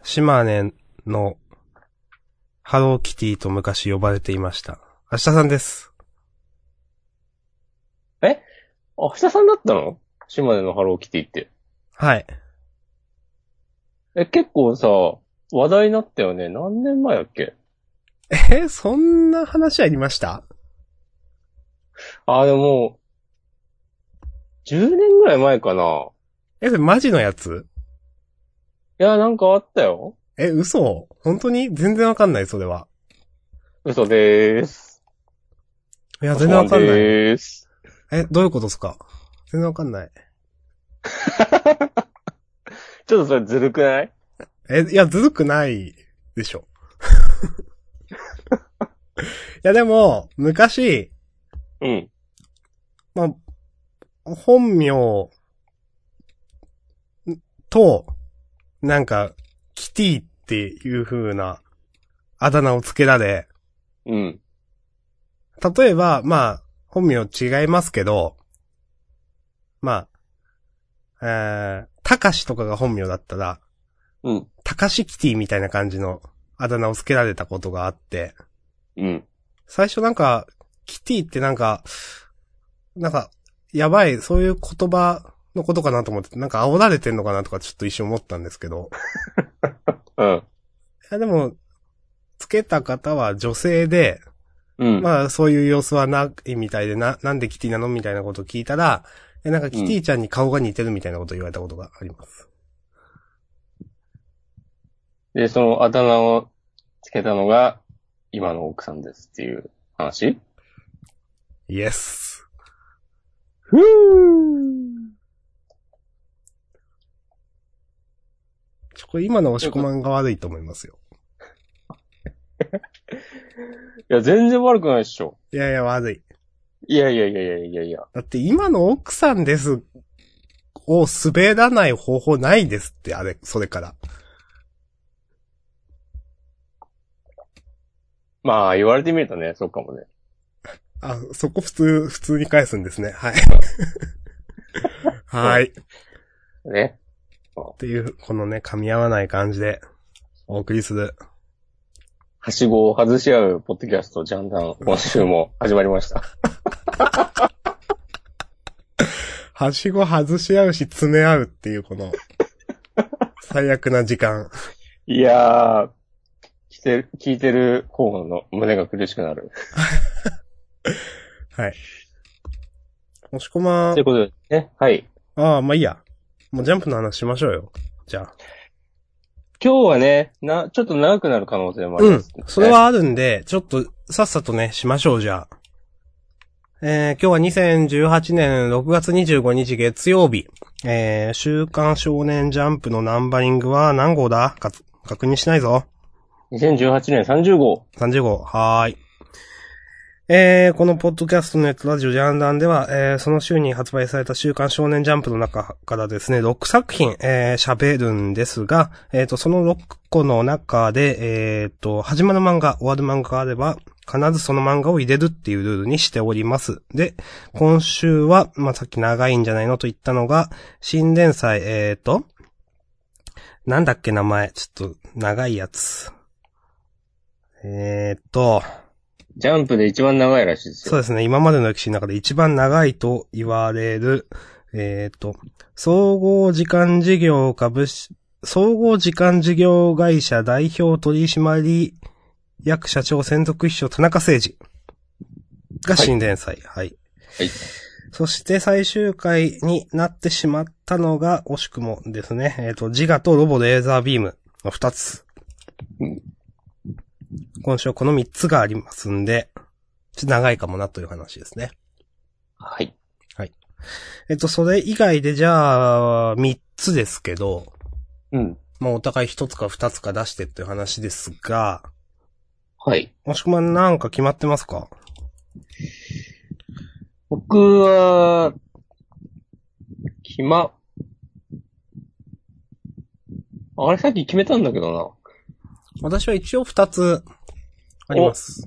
島根のハローキティと昔呼ばれていました。明日さんです。 え明日さんだったの？島根のハローキティって。 はい。 結構さ、話題になったよね。何年前だっけ？ そんな話ありました？ でももう、10年ぐらい前かな。 それマジのやつ？ いや、なんかあったよ。 嘘本当に全然わかんない、それは。 嘘でーす。 いや、全然わおしこまんかんない。 でーす。 どういうことですか？全然わかんない。 ちょっとそれずるくない？ いや、ずるくないでしょ。いや、でも、昔、 うん。 まあ、本名と、なんか、キティっていう風なあだ名をつけられ、 うん。 例えば、まあ、本名違いますけど、まあ、たかしとかが本名だったら、 うん。 たかしキティみたいな感じのあだ名をつけられたことがあって、 うん。 最初なんか、キティってなんか、やばい、そういう言葉のことかなと思って、なんか煽られてんのかなとかちょっと一瞬思ったんですけど、 うん。 いやでも、つけた方は女性で、 うん。 まあそういう様子はないみたいでなんでキティなのみたいなことを聞いたら、なんかキテうん。 ィちゃんに顔が似てるみたいなことを言われたことがあります。 で、そのあだ名をつけたのが、今の奥さんですっていう話？ イエス。 ふー。 これ今の押しということ。 込まんが悪いと思いますよ。 いや、全然悪くないっしょ。 いやいや悪い。 いやいやいやいやいやいや。 だって今の奥さんですを滑らない方法ないですって、あれ、それから。 まあ、言われてみるとね、そうかもね。 そこ普通に返すんですね。はい。 うん。 はい。っうん。ね。 ていう、このね、噛み合わない感じでお送りする。 はしごを外し合うポッドキャスト、ジャンダン、今週も始まりました。 はしご外し合うし、詰め合うっていう、この、最悪な時間。 いやー、聞いてる方の胸が苦しくなる。 はい。もしこま、 ということでね、はい。 まあいいや。もうジャンプの話しましょうよ。じゃあ。 今日はね、ちょっと長くなる可能性もありうん。 ますね。 それはあるんで、ちょっと、さっさとね、しましょう、じゃあ。今日は2018年6月25日月曜日。週刊少年ジャンプのナンバリングは何号だ確認しないぞ。 2018年30号。 30号。はーい。このポッドキャストネットラジオジャンダンでは、その週に発売された週刊少年ジャンプの中からですね、6作品、喋るんですが、その6個の中で、始まる漫画、終わる漫画があれば、必ずその漫画を入れるっていうルールにしております。で、今週は、まあ、さっき長いんじゃないのと言ったのが、新連載、なんだっけ名前、ちょっと長いやつ。えーっと、 ジャンプで一番長いらしいですよ。 そうですね。今までの歴史の中で一番長いと言われる、総合時間事業総合時間事業会社代表取締役社長専属秘書田中誠二がはい。 新連載。はい。 はい。 そして最終回になってしまったのが惜しくもですね。自我とロボレーザービームの二つ。 うん。 今週はこの三つがありますんで、ちょっと長いかもなという話ですね。 はい。 はい。それ以外でじゃあ、三つですけど、 うん。 まあお互い一つか二つか出してっていう話ですが、 はい。 もしくはなんか決まってますか？ 僕は、決ま、あれさっき決めたんだけどな。 私は一応二つありまお、 す。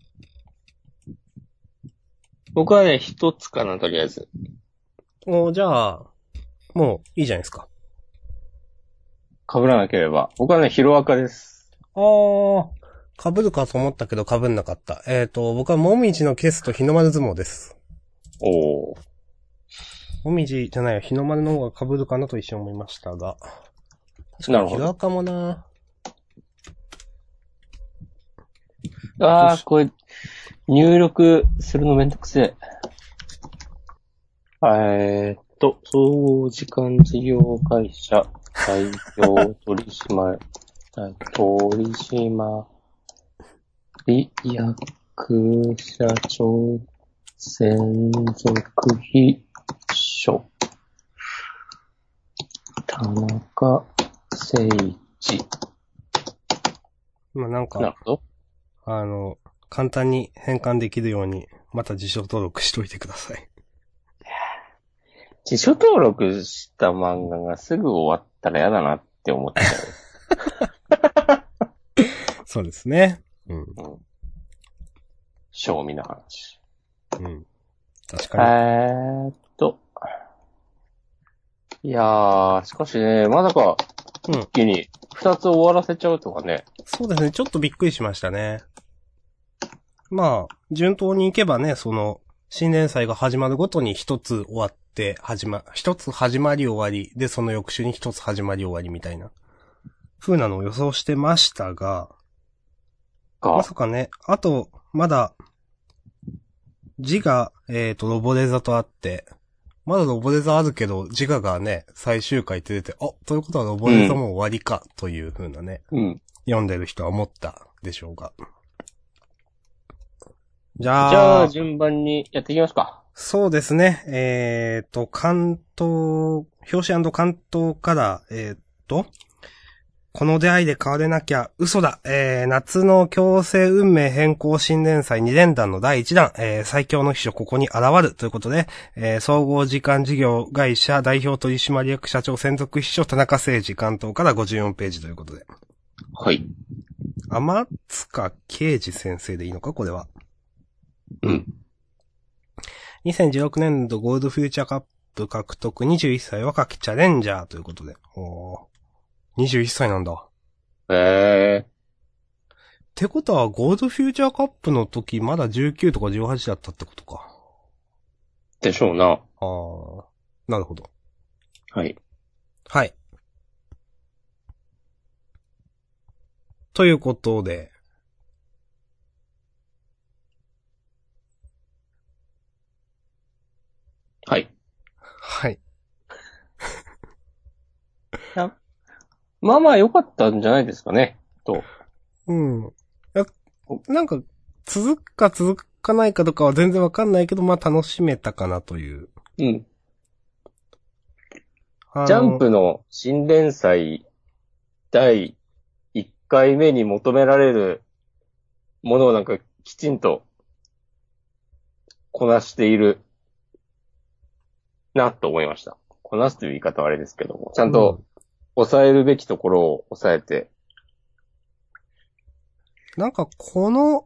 僕はね、一つかな、とりあえず。 じゃあ、もういいじゃないですか。 被らなければ。僕はね、ヒロアカです。 あー、被るかと思ったけど被んなかった。僕はもみじのケスと日の丸相撲です。 おー。 もみじじゃないよ、日の丸の方が被るかなと一瞬思いましたが。確かなるほど。 にヒロアカもな。 これ、入力するのめんどくせえ。総合時間事業会社代表取締役社長専属秘書田中誠一。 まあなんなるか、 ほど。 簡単に変換できるように、また辞書登録しといてください。 辞書登録した漫画がすぐ終わったら嫌だなって思っちゃそうですね。うん。 う。うん。賞味の話。 うん。確かいやー、しかしね、まさか、 に。うん。 一気に二つ終わらせちゃうとかね。 そうですね。ちょっとびっくりしましたね。まあ、順当にいけばね、新連載が始まるごとに一つ終わって、一つ始まり終わり、で、その翌週に一つ始まり終わりみたいな、風なのを予想してましたが、まさかね、あと、まだ、自我、ロボレザとあって、まだロボレザあるけど、自我がね、最終回って出て、ということはロボレザもう終わりか、という風なね、 うん。 読んでる人は思ったでしょうが。じじゃゃあ、 あ、 順番にやっていきますか。 そうですね。関東、表紙関東から、この出会いで変われなきゃ嘘だ。夏の強制運命変更新連載2連弾の第1弾、最強の秘書ここに現るということで、総合時間事業会社代表取締役社長専属秘書田中誠二関東から54ページということで。 はい。 天塚啓二先生でいいのかこれは。 うん。 2016年度ゴールドフューチャーカップ獲得21歳若きチャレンジャーということで。21歳なんだ。ってことは、ゴールドフューチャーカップの時、まだ19とか18だったってことか。 でしょうな。 なるほど。 はい。 はい。ということで。 はい。 はい。 まあまあ良かったんじゃないですかね。 うん。なんか、続くか続かないかとかは全然わかんないけど、まあ楽しめたかなという。 うん。ジャンプの新連載第1回目に求められるものをなんかきちんとこなしているなと思いました。こなすという言い方はあれですけども、ちゃんと抑えるべきところを抑えて。 なんかこの、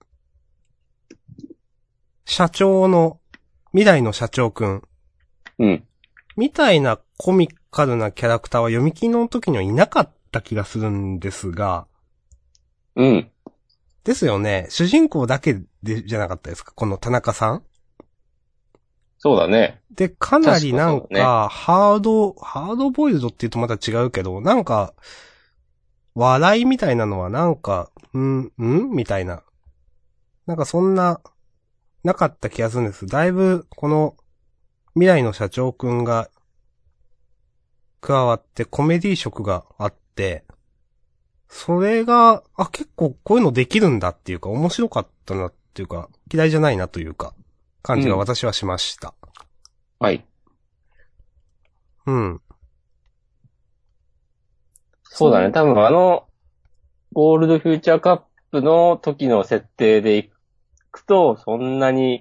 社長の、未来の社長くん。 うん。 みたいなコミカルなキャラクターは読み切りの時にはいなかった気がするんですが。 うん。 ですよね。主人公だけで、じゃなかったですかこの田中さん。 そうだね。 で、かなりなん確かか、ハードボイルドって言うとまた違うけど、なんか、笑いみたいなのはなんか、みたいな。なんかそんな、なかった気がするんです。だいぶ、この、未来の社長くんが、加わってコメディ色があって、それが、結構こういうのできるんだっていうか、面白かったなっていうか、嫌いじゃないなというか、感じが私はしました。 はい。 うん。 そうだね。多分ゴールドフューチャーカップの時の設定でいくと、そんなに、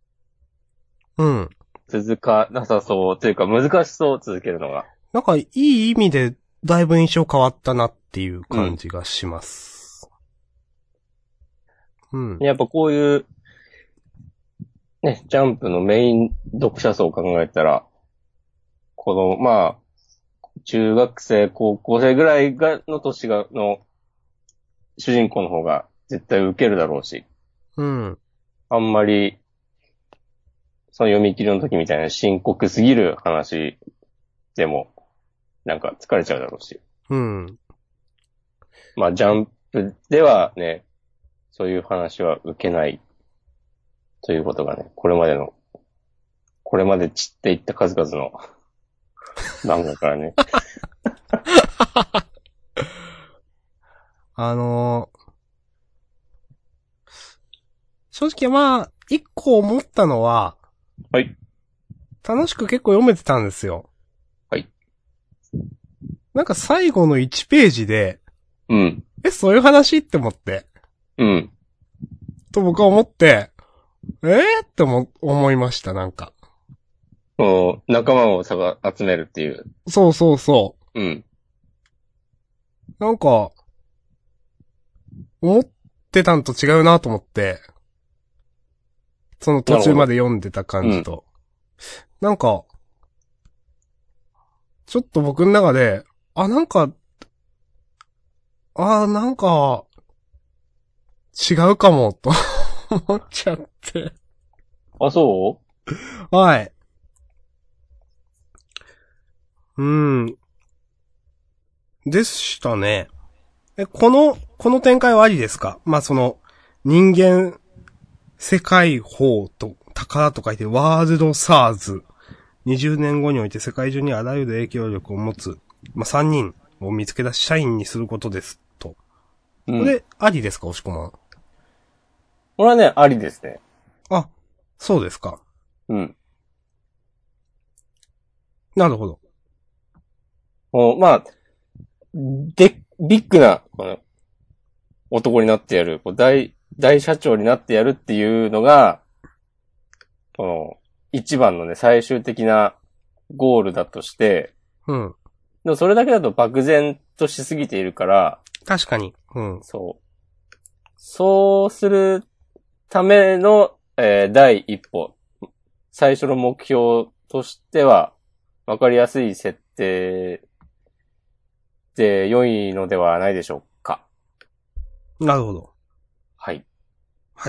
続かなさそうというか難しそう続けるのが。 なんかいい意味でだいぶ印象変わったなっていう感じがします。 やっぱこういう、ね、ジャンプのメイン読者層を考えたら、この、まあ、 中学生、高校生ぐらいの年の主人公の方が絶対受けるだろうし、 うん。 あんまり、その読み切りの時みたいな深刻すぎる話でも、なんか疲れちゃうだろうし。 うん。 まあ、ジャンプではね、そういう話は受けないということがね、これまで散っていった数々の漫画からね。 あのー正直まあ、一個思ったのは、 はい。 楽しく結構読めてたんですよ。 はい。 なんか最後の1ページで、 うん。 そういう話って思って、 うん。 と僕は思って、って思いました、なんか。 こう仲間を集めるっていう。 そうそうそうん。 う。なんか、思ってたんと違うなと思って、その途中まなるほど。 で読んでたうん。 感じと。なんか、ちょっと僕の中で、なんか、なんか、違うかも、と思っちゃって。 あ、そはい。うん。でしたね。この展開はありですか？まあ、人間、世界法と、宝と書いて、ワールドサーズ。20年後において世界中にあらゆる影響力を持つ、まあ、3人を見つけ出し社員にすることです。と。 う。うん。 これ、ありですか？押し込まん。 これはね、ありですね。 あ、そうですか。 うん。 なるほど。 まあ、ビッグな、この、男になってやる、大社長になってやるっていうのが、この、一番のね、最終的なゴールだとして、 うん。 でもそれだけだと漠然としすぎているから、 確かに。うん。 そう。そうするための、第一歩。最初の目標としては、わかりやすい設定で良いのではないでしょうか。 なるほど。 はい。いはい。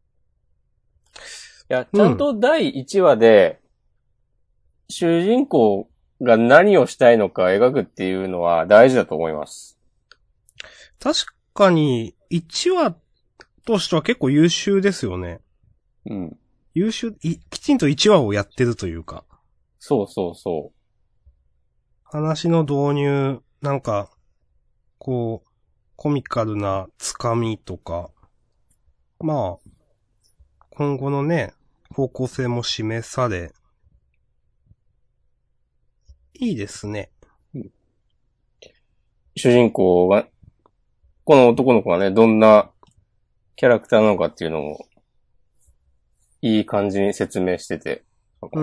や、ちうん。 ゃんと第一話で、主人公が何をしたいのか描くっていうのは大事だと思います。 確かに、1話としては結構優秀ですよね。 うん。 きちんと1話をやってるというか。 そうそうそ話の導入、なんか、こう、コミカルなつかみとか、まあ、今後のね、方向性も示され、いいですね。 う。主人公が、この男の子がね、どんなキャラクターなのかっていうのを、いい感じに説明してて、 うん。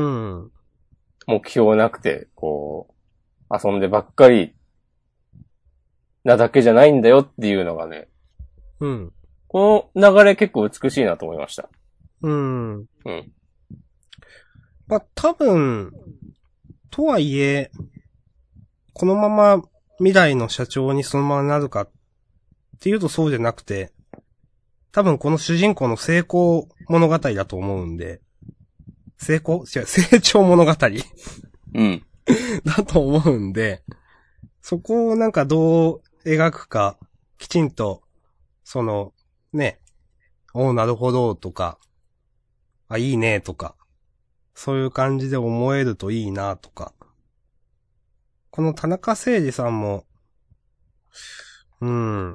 目標なくて、こう、遊んでばっかりなだけじゃないんだよっていうのがね、 うん。 この流れ結構美しいなと思いました。 うん。 うん。 まあ、多分、とはいえ、このまま未来の社長にそのままなるかっていうとそうじゃなくて、多分この主人公の成功物語だと思うんで、成長物語うん。 だと思うんで、そこをなんかどう描くか、きちんと、ね、なるほどとか、いいねとか、そういう感じで思えるといいなとか。この田中誠二さんも、うん。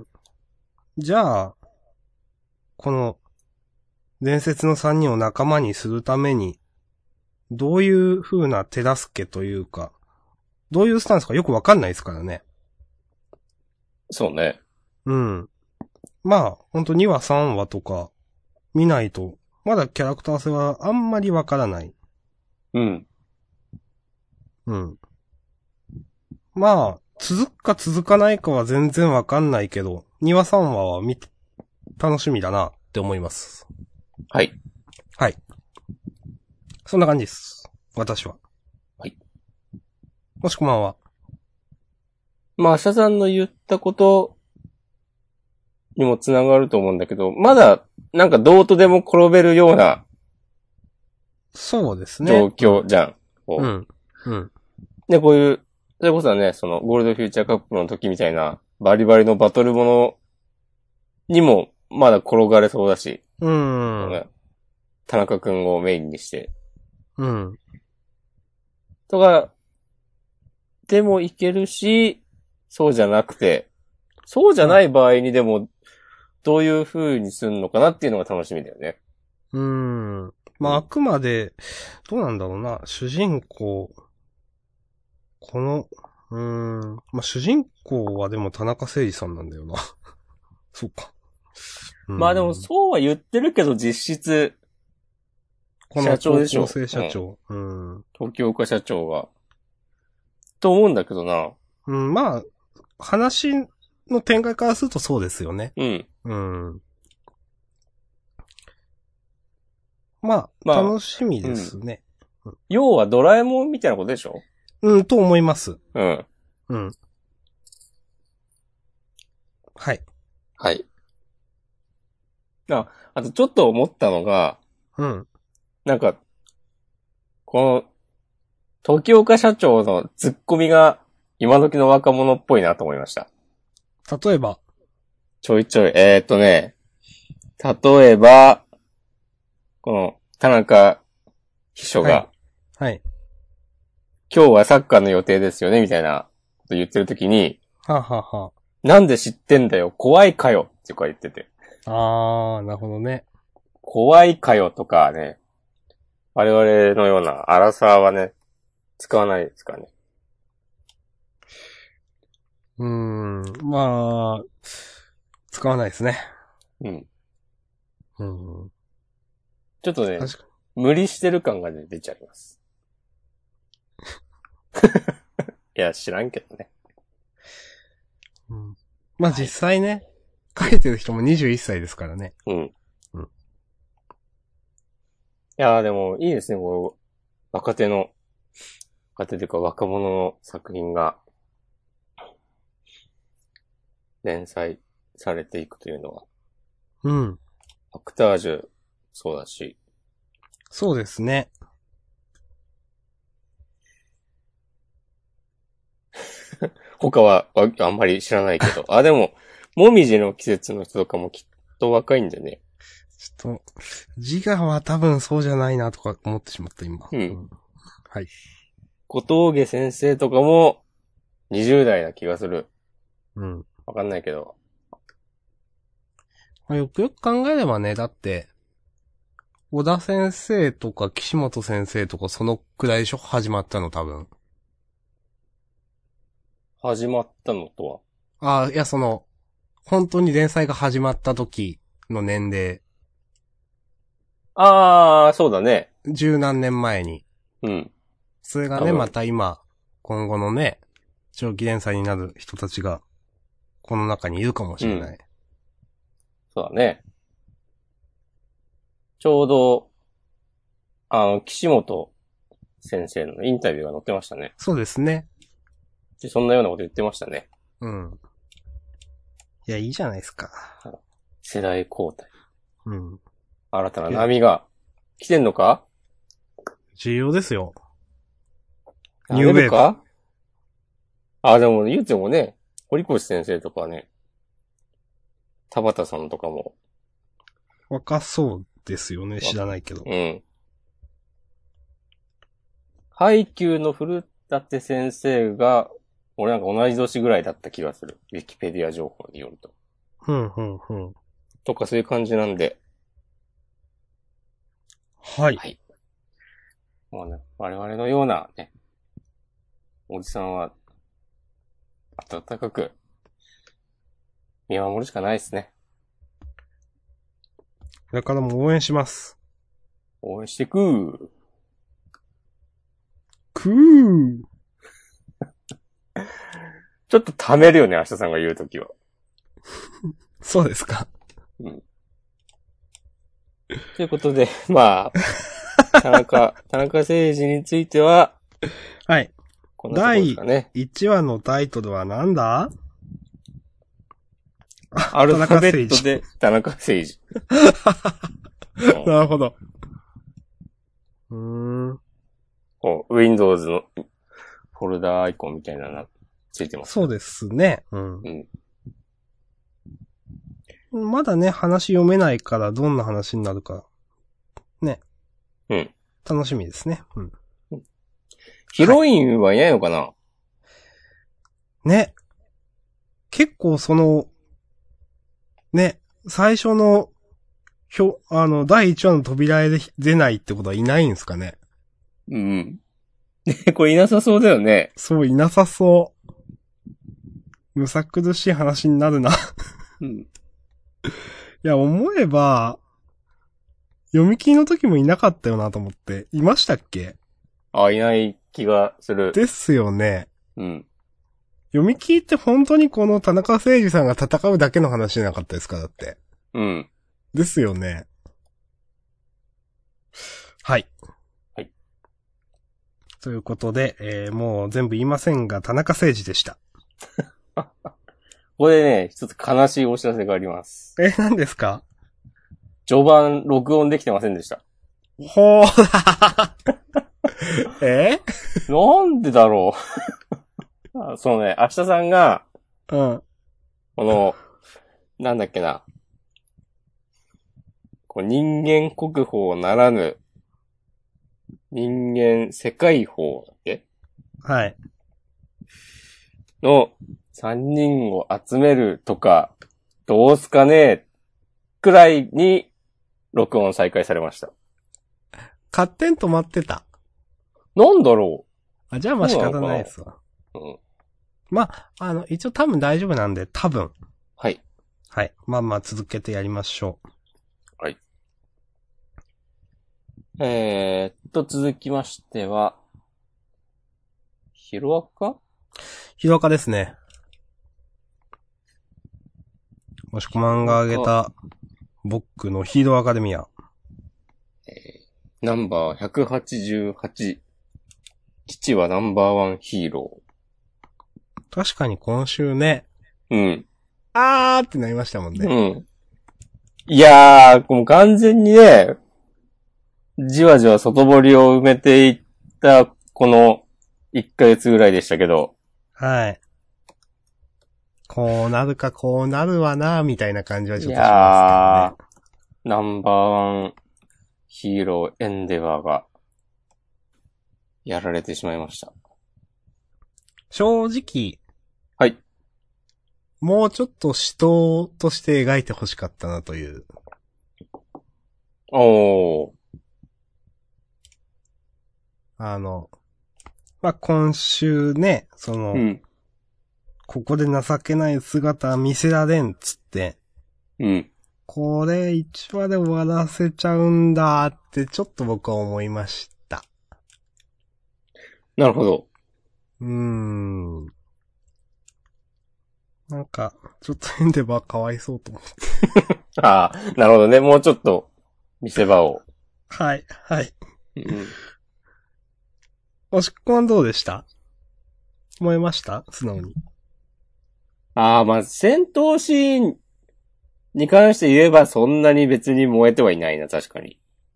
じゃあ、この伝説の3人を仲間にするために、どういう風な手助けというか、どういうスタンスかよくわかんないですからね。 そうね。 うん。まあ、ほんと2話3話とか見ないと、まだキャラクター性はあんまりわからない。 うん。 うん。まあ、続くか続かないかは全然わかんないけど、2話3話は楽しみだなって思います。 はい。 はい。そんな感じです。私は。 はい。 もしこまんは。 まあ、明日さんの言ったことにもつながると思うんだけど、まだ、なんかどうとでも転べるようなそうですね。 状況じゃん。 うん。うん。 で、こういう、それこそね、そのゴールドフューチャーカップの時みたいな、バリバリのバトルものにも、まだ転がれそうだし、 うん。 ね、田中くんをメインにして。 うん。 とか、でもいけるし、そうじゃなくて、そうじゃない場合にでも、どういう風にするのかなっていうのが楽しみだよね。 うん。まあ、あくまで、どうなんだろうな、主人公、この、まあ、主人公はでも田中誠二さんなんだよな。そうか。 まあでもそうは言ってるけど実質、 この社長でしょ。 高校生社長。 東京岡社長は。と思うんだけどな。 うん、まあ、話の展開からするとそうですよね。 うん。 うん。まあ、 まあ楽しみですね。 要はドラえもんみたいなことでしょ？ と思います。 うん。 うん。はい。 はい。あとちょっと思ったのが、 うん。 なんか、この、時岡社長のツッコミが今時の若者っぽいなと思いました。 例えば。 ちょいちょい、例えば、この、田中秘書が、 はい。 今日はサッカーの予定ですよね、みたいなこと言ってるときに、 はあ、はあはなんで知ってんだよ、怖いかよ、ってか言ってて。 なるほどね。 怖いかよとかね、我々のようなアラサーはね、使わないですからね。 まあ、使わないですね。 うん。 うん。 ちょっとね、 確か無理してる感がね、出ちゃいます。いや、知らんけどね。 に。まあ実際ね、書いてる人も21歳ですからね。 うん。 うん。 いやーでも、いいですね、こう、若手というか若者の作品が連載されていくというのは、 うん。 アクタージュ、そうだし、 そうですね。 他はあんまり知らないけど、あ、でも、もみじの季節の人とかもきっと若いんでね。 ちょっと、自我は多分そうじゃないなとか思ってしまった、今。 うん。 はい。 小峠先生とかも20代な気がする。 うん。 わかんないけど。 まあよくよく考えればね、だって、小田先生とか岸本先生とかそのくらいでしょ始まったの多分。 始まったのとは。 いや本当に連載が始まった時の年齢。 あー、そうだね。 十何年前に。 うん。 それがね、 多分また今、今後のね、長期連載になる人たちが、この中にいるかもしれない。 そうだね。ちょうど、岸本先生のインタビューが載ってましたね。 そうですね。 でそんなようなこと言ってましたね。 うん。いや、いいじゃないですか。 世代交代。 うん。 新たな波が来てんのか？ 重要ですよ。 ニューウェーブか？あ、でも言うてもね、堀越先生とかね、田畑さんとかも。 若そうですよね、知らないけど。 うん。ハイキューの古舘先生が、俺なんか同じ年ぐらいだった気がする。ウィキペディア情報によると。 うん、うん、うん。 とかそういう感じなんで。 はい。 はい。もうね、我々のようなね、おじさんは、温かく、見守るしかないですね。 これからも応援します。 応援してくくー。 ちょっと溜めるよね、明日さんが言うときは。 そうですか。 うん。ということで、まあ、田中誠二については、 はい。 こんなところですかね。 第1話のタイトルはなんだ？ アルファベットで田中誠二。 なるほど。 こう、Windows のフォルダーアイコンみたいなのついてます。 そうですね。まだね、話読めないからどんな話になるか。ね。楽しみですね。 ヒロインはいないのかな？ ね。結構ね、最初の、第1話の扉で出ないってことはいないんですかね。 これいなさそうだよね。 そう、いなさそう。むさ苦しい話になるな。いや、思えば、読み切りの時もいなかったよなと思って。いましたっけ？ いない気がする。 ですよね。読み切りって本当にこの田中誠二さんが戦うだけの話じゃなかったですか、だって。ですよね。はい。ということで、もう全部言いませんが、田中誠二でした。 ここでね、一つ悲しいお知らせがあります。 何ですか？ 序盤録音できてませんでした。 ほー。 なんでだろう。そうね、明日さんが、この、なんだっけな。こう人間国宝ならぬ、人間世界法だっけ？ はい。 の3人を集めるとか、どうすかねくらいに録音再開されました。 勝手に止まってた。 なんだろう。じゃあまあ仕方ないですわ。まあ、一応多分大丈夫なんで、多分。 はい。 はい。まあ続けてやりましょう。 はい。続きましては、ヒロアカ？ ヒロアカですね。もしこまんが挙げた、ボックのヒーローアカデミア。 ナンバー188。父はナンバーワンヒーロー。確かに今週ね。 あーってなりましたもんね。 いやー、もう完全にね、じわじわ外堀を埋めていった、この1ヶ月ぐらいでしたけど。 はい。こうなるかこうなるわな、みたいな感じはちょっとしますけどね。ナンバーワンヒーローエンデバーが、やられてしまいました。 正直。 はい。 もうちょっと死闘として描いてほしかったなという。まあ、今週ね、ここで情けない姿見せられんっつって。これ1話で終わらせちゃうんだってちょっと僕は思いました。 なるほど。 なんか、ちょっとエンデバーかわいそうと思って。 なるほどね。もうちょっと見せ場を。 はい、はい。おしっこはどうでした？燃えました素直に。 まあ、戦闘シーンに関して言えばそんなに別に燃えてはいないな、確かに。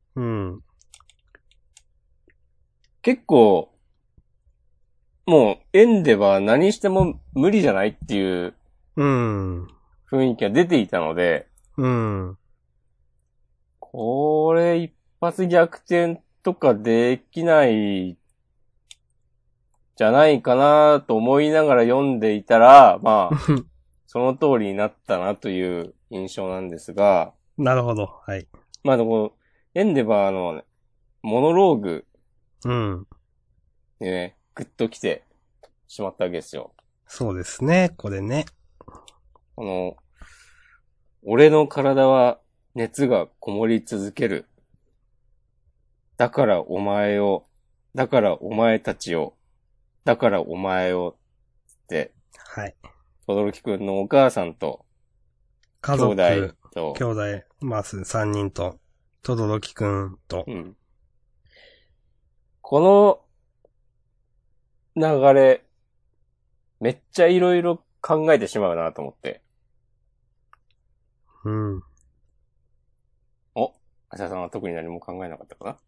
結構、もう、エンデバー何しても無理じゃないっていう、雰囲気が出ていたので、これ一発逆転とかできないじゃないかなと思いながら読んでいたら、まあ、その通りになったなという印象なんですが。 なるほど。はい。 まあ、エンデバーのモノローグ。ね、グッと来てしまったわけですよ。 そうですね、これね。 俺の体は熱がこもり続ける。だからお前を、だからお前たちを、だからお前を、って。 はい。 とどろきくんのお母さんと、 家族と、 兄弟、まあ、3人と、とどろきくんと。 この、 流れ、めっちゃいろいろ考えてしまうなと思って。 うん。 お、アシャさんは特に何も考えなかったか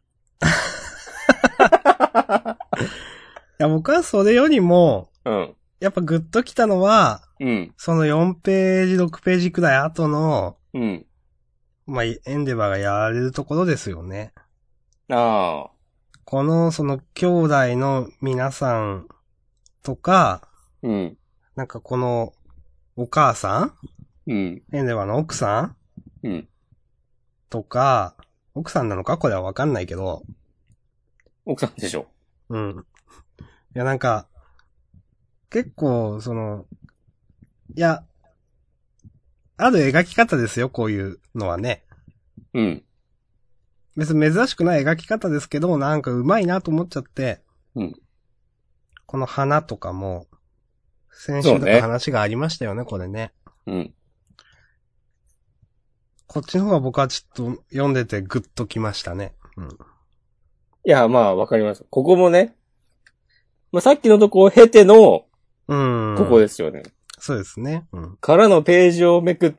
ないや、僕はそれよりも、 うん。 やっぱグッときたのは、 うん。 その4ページ、6ページくらい後の、 うん。 まあ、エンデバーがやられるところですよね。 ああ。 この、その、兄弟の皆さんとか、 うん。 なんかこの、お母さんうん。 エンデバーの奥さんうん。 とか、奥さんなのかこれはわかんないけど、 奥さんでしょ。 うん。いや、なんか、結構、いや、ある描き方ですよ、こういうのはね。 うん。 別に珍しくない描き方ですけど、なんか上手いなと思っちゃって、 うん。 この花とかも、先週とかそうね。 話がありましたよね、これね。 うん。 こっちの方が僕はちょっと読んでてグッときましたね。うん。 いや、まあ、わかります。ここもね、まあ、さっきのとこを経ての、ここでですよね。 そうですね。うん。 からのページをめくって、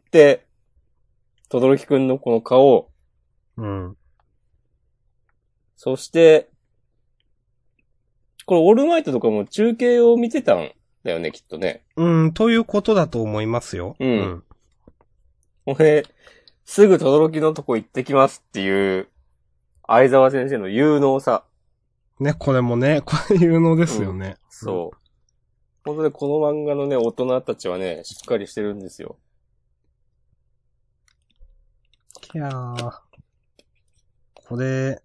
とどろきくんのこの顔、 うん。 そして、これオールマイトとかも中継を見てたんだよね、きっとね。 うん、ということだと思いますよ。 うん。俺、すぐとどろきのとこ行ってきますっていう、相沢先生の有能さ。 ね、これもね、これ有能ですようん。 ね。 そう。本当にこの漫画のね、大人たちはね、しっかりしてるんですよ。 いやー、これ、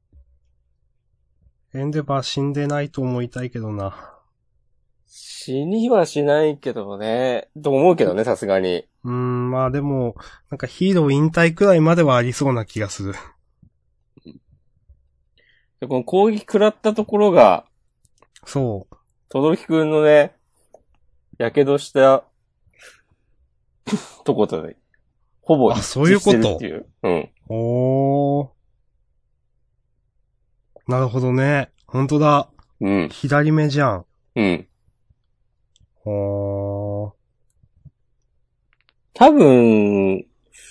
エンデバー死んでないと思いたいけどな。 死にはしないけどね、と思うけどね、さすがに。 まあでも、なんかヒーロー引退くらいまではありそうな気がする。 でこの攻撃食らったところが、 そとどろきくんのね、やけどしたとことで、ほぼあ、 一そうい致してるっうこと。 ていう。うん。 おー。なるほどね。本当だ。 うん。 左目じゃん。 うん。 おー。 多分、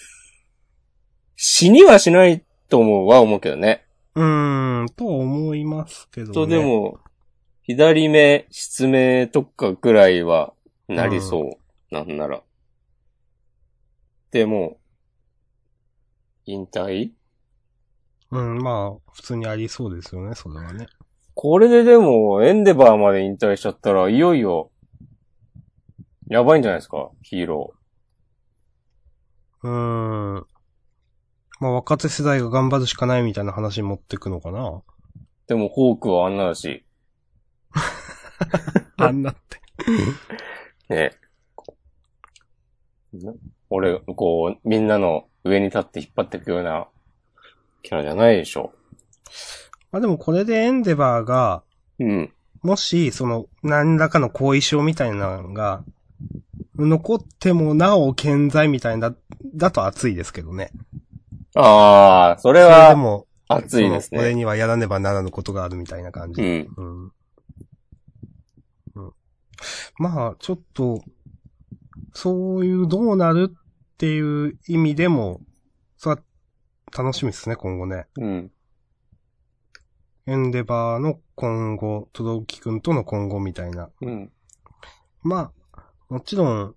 死にはしないと思うけどね。 と思いますけどと、でね。 も、左目、失明とかぐらいはなりうん。 そう。なんなら。でも、引退まあ、普通にありそうですよね、それはね。 これででも、エンデバーまで引退しちゃったら、いよいよ、やばいんじゃないですか、ヒーロまあ、若手世代が頑張るしかないみたいな話に持ってくのかな。 ー。でも、ホークはあんなだし、 あんなって。 ね。俺、こう、みんなの上に立って引っ張っていくようなキャラじゃないでしょ。 まあでもこれでエンデバーが、 うん。 もし、何らかの後遺症みたいなのが、残ってもなお健在みたいな、だと熱いですけどね。 ああ、それそれでは、 も、 熱いですね。 俺にはやらねばならぬことがあるみたいな感じ。 うん。 まあ、ちょっと、そういうどうなるっていう意味でも、それは楽しみですね、今後ね。 うん。 エンデバーの今後、とどきくんとの今後みたいな。 うん。 まあ、もちろん、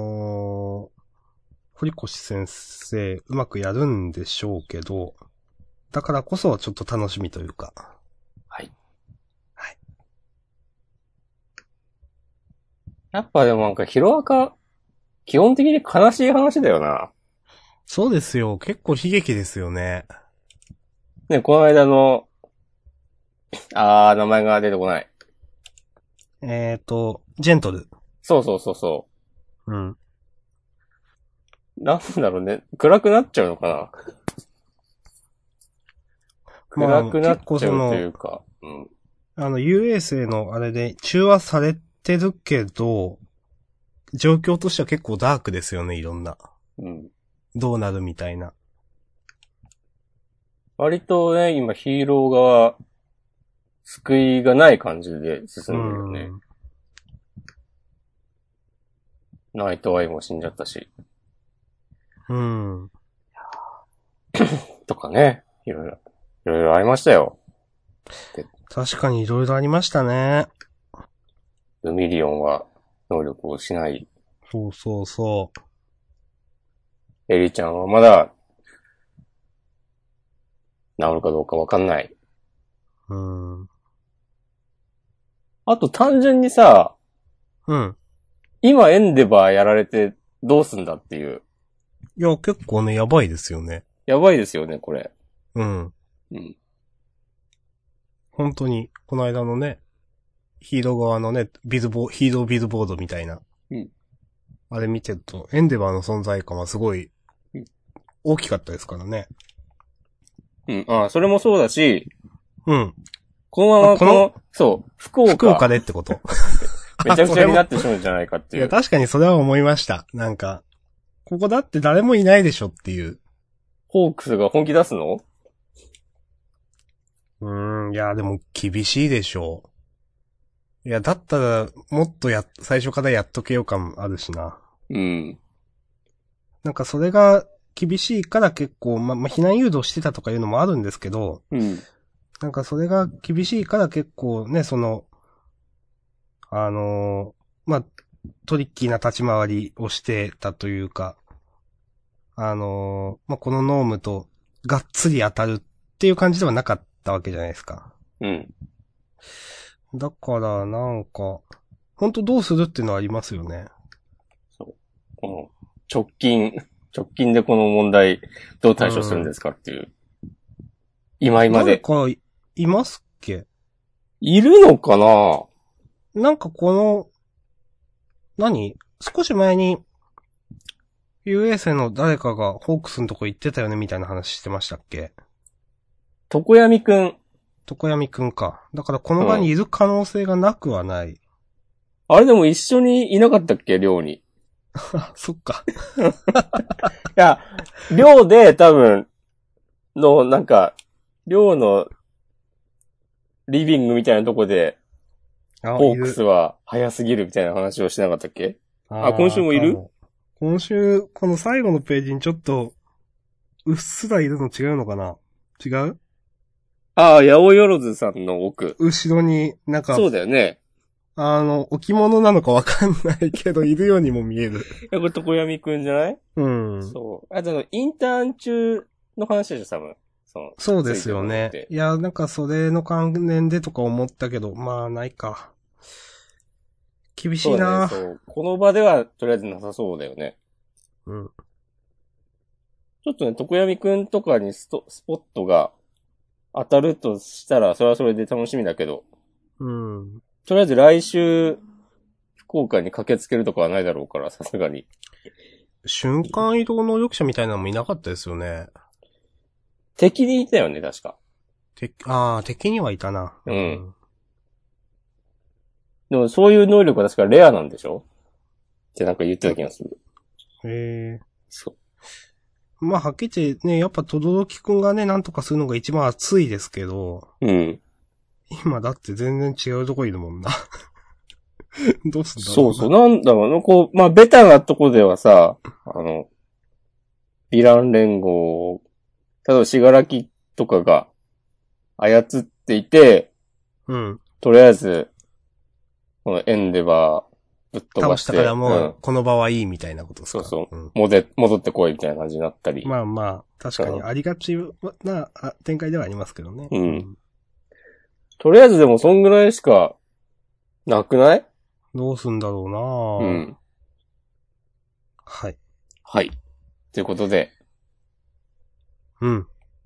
堀越先生、うまくやるんでしょうけど、だからこそちょっと楽しみというか。 はい。 はい。 やっぱでもなんかヒロアカ、基本的に悲しい話だよな。 そうですよ。結構悲劇ですよね。 ね、この間の、名前が出てこない。 ジェントル。 そうそうそうそうん。 う。なんだろうね。暗くなっちゃうのかな。 まあ、 暗くなっ結構ちゃうというか。うん。 遊泳生のあれで中和されてるけど、状況としては結構ダークですよね、いろんな。 うん。 どうなるみたいな。 割とね、今ヒーロー側、 救いがない感じで進んでるよね。ナイトアイも死んじゃったし。 うん。 とかね。いろいろありましたよ。 確かにいろいろありましたね。 ルミリオンは能力をしない。 そうそうそエリちゃんはまだ治るかどうかわかんない。 う。うん。 あと単純にさ、 うん。 今エンデバーやられてどうすんだっていう。 いや、結構ね、やばいですよね。 やばいですよね、これ。 うん。 うん。 本当に、この間のね、ヒーロー側のね、ヒーロービズボードみたいな。 うん。 あれ見てると、エンデバーの存在感はすごいうん、 大きかったですからね。 うん。ああ、それもそうだし、 うん。 このままそう、福岡でってことめちゃくちゃになってしまうんじゃないかっていう。 いや、確かにそれは思いました。なんか、ここだって誰もいないでしょっていう。 ホークスが本気出すの？ いや、でも厳しいでしょう。いや、だったら、もっと最初からやっとけよ感あるしな。 うん。 なんかそれが厳しいから結構、避難誘導してたとかいうのもあるんですけど、 うん。 なんかそれが厳しいから結構ね、トリッキーな立ち回りをしてたというか、このノームとがっつり当たるっていう感じではなかったわけじゃないですか。 うん。 だからなんか、本当どうするっていうのはありますよね。 そう。この直近でこの問題どう対処するんですかっていう。今で。 誰かいますっけ？ いるのかな？ なんか少し前に、遊泳生の誰かがホークスのとこ行ってたよねみたいな話してましたっけ？ 常闇くん。 常闇くんか。だからこの場にいる可能性がなくはない。 あれでも一緒にいなかったっけ？寮に。 そっか。 いや、寮で多分、なんか、寮のリビングみたいなとこで、ホークスは早すぎるみたいな話をしなかったっけ？今週もいる？ 今週、この最後のページにちょっと、うっすらいるの違うのかな？違う？ 八百万さんの奥。 後ろになんか、 そうだよね。 置物なのかわかんないけど、いるようにも見える。 これ常闇くんじゃない？ うん。 そう。あとインターン中の話でしょ、多分。 そうですよね。いや、なんかそれの関連でとか思ったけど、まあ、ないか。厳しいな。 そう。この場では、とりあえずなさそうだよね。 うん。 ちょっとね、常闇くんとかにスポットが当たるとしたら、それはそれで楽しみだけど。 うん。 とりあえず来週、福岡に駆けつけるとかはないだろうから、さすがに。 瞬間移動能力者みたいなのもいなかったですよね。 敵にいたよね、確か。 敵にはいたな。 うん。でもそういう能力は確かレアなんでしょってなんか言ってた気がする。 へえ。 そう。 まあ、はっきり言ってね、やっぱ、とどろきくんがね、なんとかするのが一番熱いですけど。 うん。 今だって全然違うとこいるもんな。どうすんだろうな。 そうそう。なんだろうな、まあ、ベタなとこではさ、ヴィラン連合、例えば死柄木とかが操っていて、 うん。 とりあえず、このエンデバーぶっ飛ばして。 倒したからもう、この場はいいみたいなことですか。 そう。戻ってこいみたいな感じになったり。 まあまあ、確かにありがちな展開ではありますけどね。 うん。とりあえずでもそんぐらいしか、なくない？ どうすんだろうな。 うん。 はい。 はい。ということで。 うん。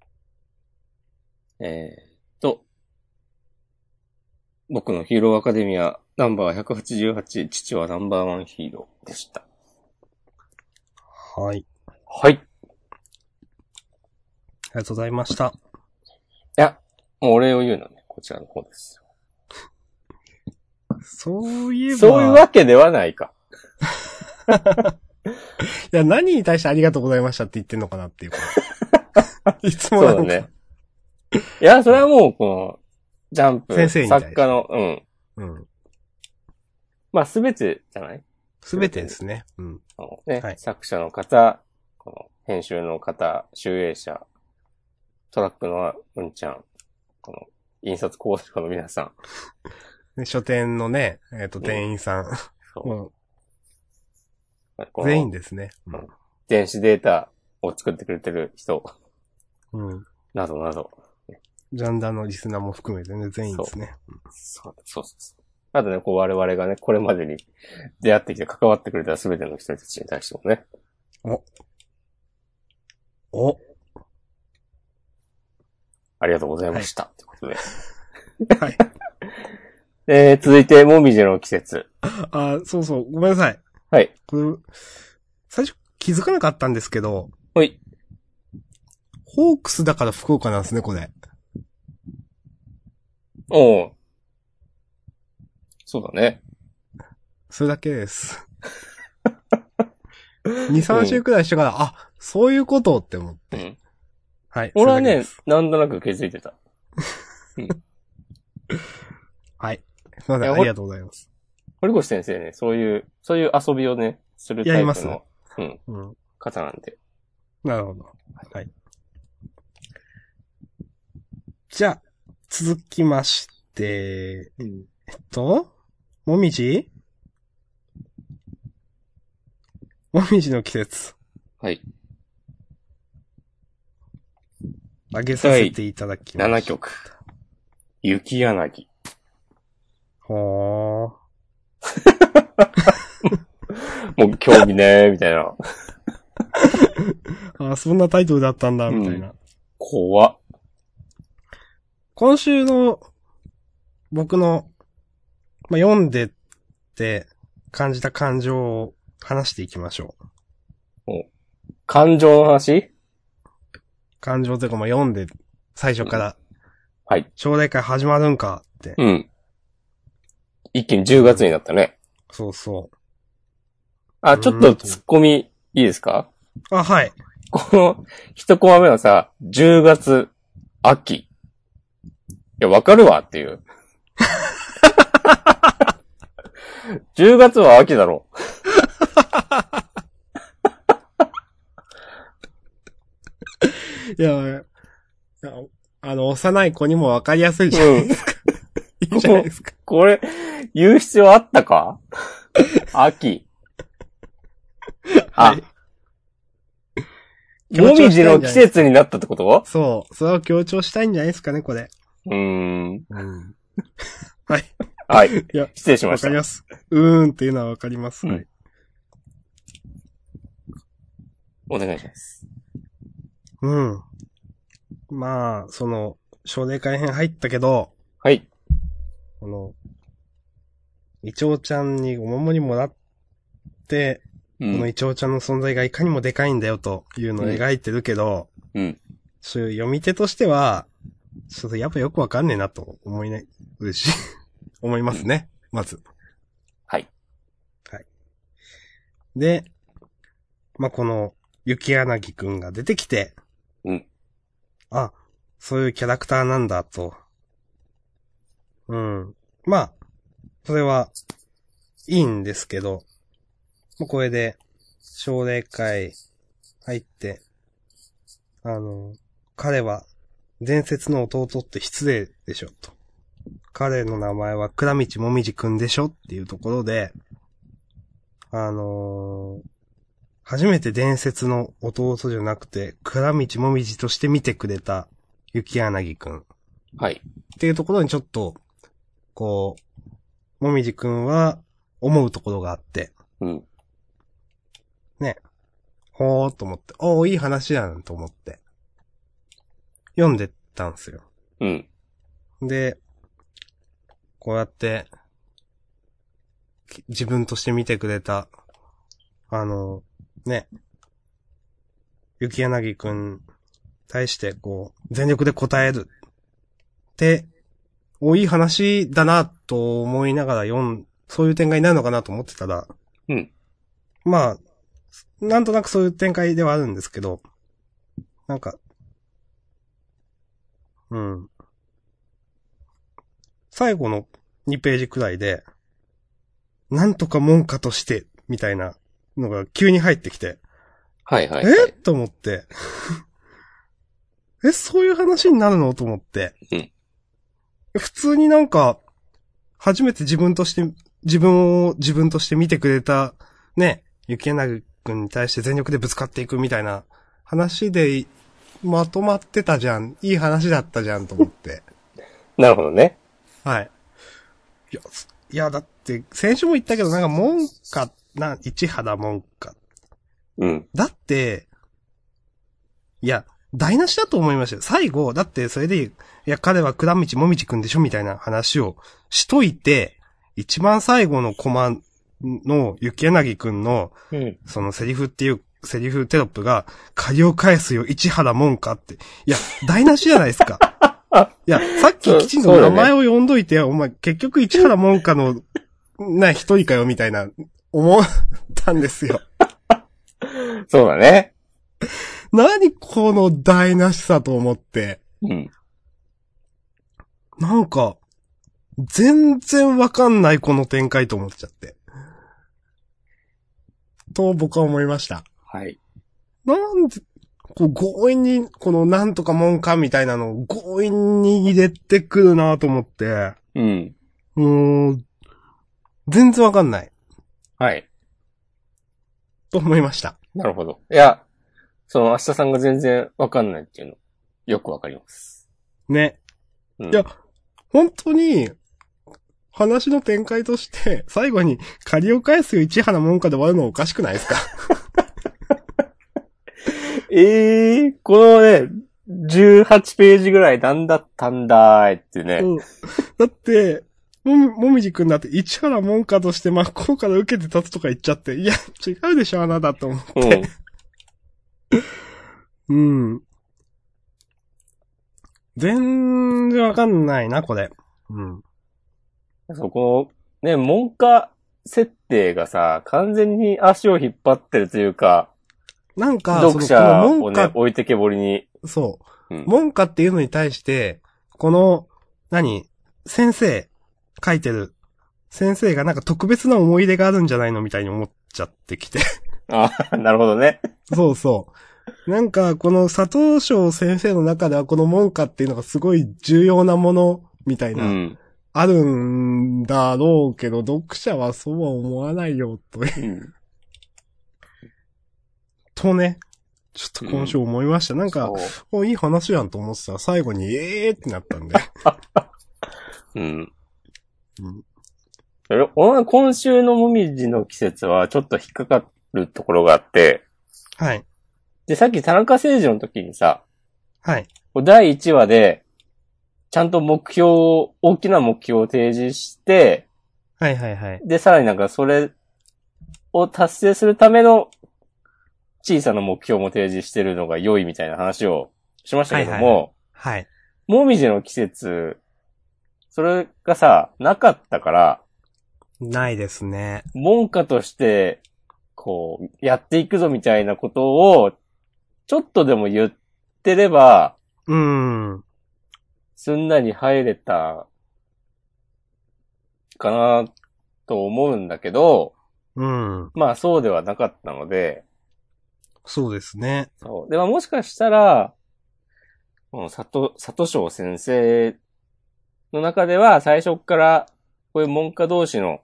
僕のヒーローアカデミアナンバー188、父はナンバーワンヒーローでした。 はい。 はい。 ありがとうございました。 いや、もうお礼を言うのね、こちらの方ですよ。 そういえば。 そういうわけではないか。 いや、何に対してありがとうございましたって言ってんのかなっていうか。いつもそうだね。いや、それはもう、 ジャンプ、 先生に対して作家の、 うん。 まあ、すべてじゃない？ すべてですね。うん。 ね、 はい。 作者の方、この編集の方、集英社、トラックのうんちゃん、この印刷工場の皆さん。 で書店のね、店員さん。もう、全員ですね。 電子データを作ってくれてる人、 うん。 などなど。 ジャンダーのリスナーも含めてね、全員ですね。 そう。あとね、こう我々がね、これまでに出会ってきて関わってくれた全ての人たちに対してもね。 お。 ありがとうございました。ということで。 はい。 続いて、もみじの季節。 そうそう、ごめんなさい。 はい。 これ、最初気づかなかったんですけど、 はい。 ホークスだから福岡なんですね、これ。 おう。そうだね。 それだけです。2、3週くらいしてから、そういうことって思って。 うん。 はい。 俺はね、なんとなく気づいてた。 はい。すいません、ありがとうございます。 堀越先生ね、そういう遊びをね、するタイプの、方なんで。 なるほど。はい。じゃあ、続きまして、もみじの季節。 はい。 あげさせていただきます。 7曲。雪柳。 ほー。 もう興味ねー、みたいな。 そんなタイトルだったんだ、みたいな。 怖っ。 今週の僕の、読んでって感じた感情を話していきましょう。感情の話？ 感情というか読んで最初から、 はい。 奨励会始まるんかって。 一気に10月になったね。 そうそう。 ちょっと突っ込みいいですか？ はい。 この一コマ目はさ、10月、秋。いや、わかるわっていう。10月は秋だろ。 いや、幼い子にもわかりやすいじゃないですか。いいじゃないですか。 これ、言う必要あったか？秋。はい。もみじの季節になったってこと？ そう。それを強調したいんじゃないですかね、これ。はい。 はい。いや、失礼しました。 わかります。っていうのはわかります。はい。 お願いします。 まあ、奨励会編入ったけど、 はい。 イチョウちゃんにお守りもらって、このイチョウちゃんの存在がいかにもでかいんだよというのを描いてるけど、そういう読み手としては、ちょっとやっぱよくわかんねえなと思いますね。まず。 はい。 はい。で、この、雪柳くんが出てきて、そういうキャラクターなんだと。それは、いいんですけど、もうこれで、奨励会入って、彼は、伝説の弟って失礼でしょ、と。彼の名前は倉道もみじくんでしょっていうところで、初めて伝説の弟じゃなくて、倉道もみじとして見てくれた雪柳くん。 はい。 っていうところにちょっと、こう、もみじくんは思うところがあって。ね。ほーっと思って、いい話やんと思って。読んでったんすよ。で、こうやって、自分として見てくれた、雪柳くん、対して、全力で答える。って、いい話だな、と思いながらそういう展開になるのかなと思ってたら、なんとなくそういう展開ではあるんですけど、なんか、 最後の2ページくらいで、なんとか門下として、みたいなのが急に入ってきて、 はいはい、はい。 と思って。そういう話になるのと思って。 うん。 普通になんか、初めて自分として見てくれた、ね、雪柳くんに対して全力でぶつかっていくみたいな話で、まとまってたじゃん。いい話だったじゃんと思って。 なるほどね。 はい。いや、だって、先週も言ったけど、なんか門下、市原門下。 うん。 だって、いや、台無しだと思いましたよ。最後、だってそれで、いや、彼は倉道もみじくんでしょみたいな話をしといて、一番最後のコマの雪柳くんの、 うん。 そのセリフテロップが、借りを返すよ、市原門下って。いや、台無しじゃないですか。いや、さっききちんと名前を呼んどいて、お前結局市原門下の、一人かよ、みたいな、思ったんですよ。 そうだね。 何この台無しさと思って。 うん。 なんか、全然わかんないこの展開と思っちゃって。と僕は思いました。 はい。 なんで、強引に、このなんとか門かみたいなのを強引に入れてくるなと思って。 うん。 全然わかんない。 はい。 と思いました。 なるほど。いや、その明日さんが全然わかんないっていうの、よくわかります。 ね。 うん、 いや、本当に、話の展開として、最後に借りを返すよ市原門下で終わるのおかしくないですかこのね、18ページぐらいなんだったんだーってね。 うん。だって、もみじくんだって市原門下として真っ向から受けて立つとか言っちゃって、いや、違うでしょ、あなたと思って。うん。全然わかんないな、これ。うん。 そこ、ね、門下設定がさ、完全に足を引っ張ってるというか、 なんか、 読者をね、置いてけぼりに。 そう。 うん、 門下っていうのに対して、この、先生、書いてる。先生がなんか特別な思い出があるんじゃないのみたいに思っちゃってきて。 あ、なるほどね。 そうそう。なんか、この佐藤翔先生の中ではこの門下っていうのがすごい重要なものみたいな、あるんだろうけど、読者はそうは思わないよ、という。とね、ちょっと今週思いました。なんか、いい話やんと思ってたら最後にってなったんで。 うん。今週のもみじの季節はちょっと引っかかるところがあって。 はい。 で、さっき田中誠二の時にさ。 はい。 第1話で、ちゃんと大きな目標を提示して、 はいはいはい。 で、さらになんかそれを達成するための小さな目標も提示してるのが良いみたいな話をしましたけども、 はい。 もみじの季節、それがさ、なかったから、 ないですね。 門下として、こう、やっていくぞみたいなことを、ちょっとでも言ってれば、すんなり入れた、かな、と思うんだけど、まあそうではなかったので、 そうですね。 そう。で、もしかしたら、この佐藤翔先生の中では最初からこういう門下同士の、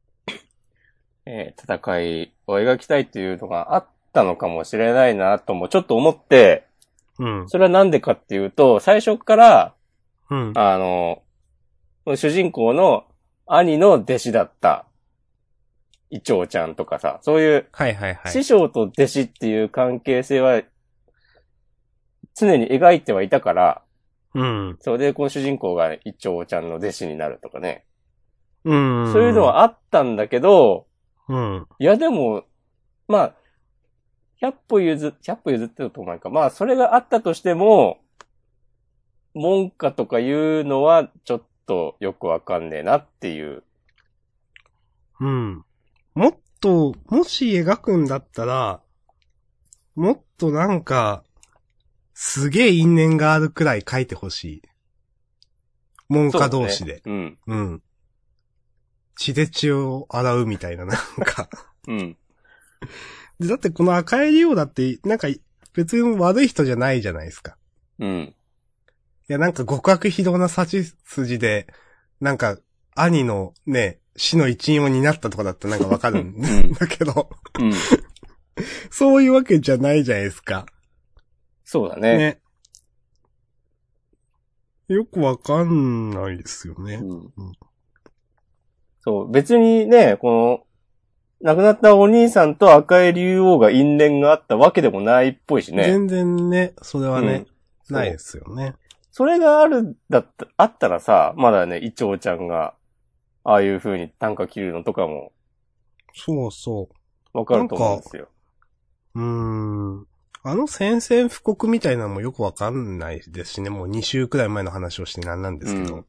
戦いを描きたいっていうのがあったのかもしれないなともちょっと思って、それはなんでかっていうと、最初から、主人公の兄の弟子だったイチョウちゃんとかさ、そういう、師匠と弟子っていう関係性は常に描いてはいたから、それでこの主人公がイチョウちゃんの弟子になるとかね。そういうのはあったんだけど、いやでも、まあ、100歩譲ってると思うか。まあ、それがあったとしても、門下とかいうのはちょっとよくわかんねえなっていう。 もっと、もし描くんだったら、もっとなんか、すげえ因縁があるくらい書いてほしい。 門下同士で。 そうだね。 うん。血で血を洗うみたいな、なんか。 うん。 で、だってこの赤い竜王だって、なんか、別に悪い人じゃないじゃないですか。 うん。 いや、なんか極悪非道な指筋で、なんか、兄のね、死の一因を担ったとかだったらなんかわかるんだけど、 うん。 そういうわけじゃないじゃないですか。 そうだね。 ね。よくわかんないですよね。 うん。そう、別にね、この、亡くなったお兄さんと赤い竜王が因縁があったわけでもないっぽいしね。 全然ね、それはね、 うん、 ないですよね。 それがあったらさ、まだね、イチョウちゃんが、ああいう風に短歌切るのとかも、 そうそわかると思うんですよ。 あの宣戦布告みたいなのもよくわかんないですしね、もう2週くらい前の話をしてなんですけど。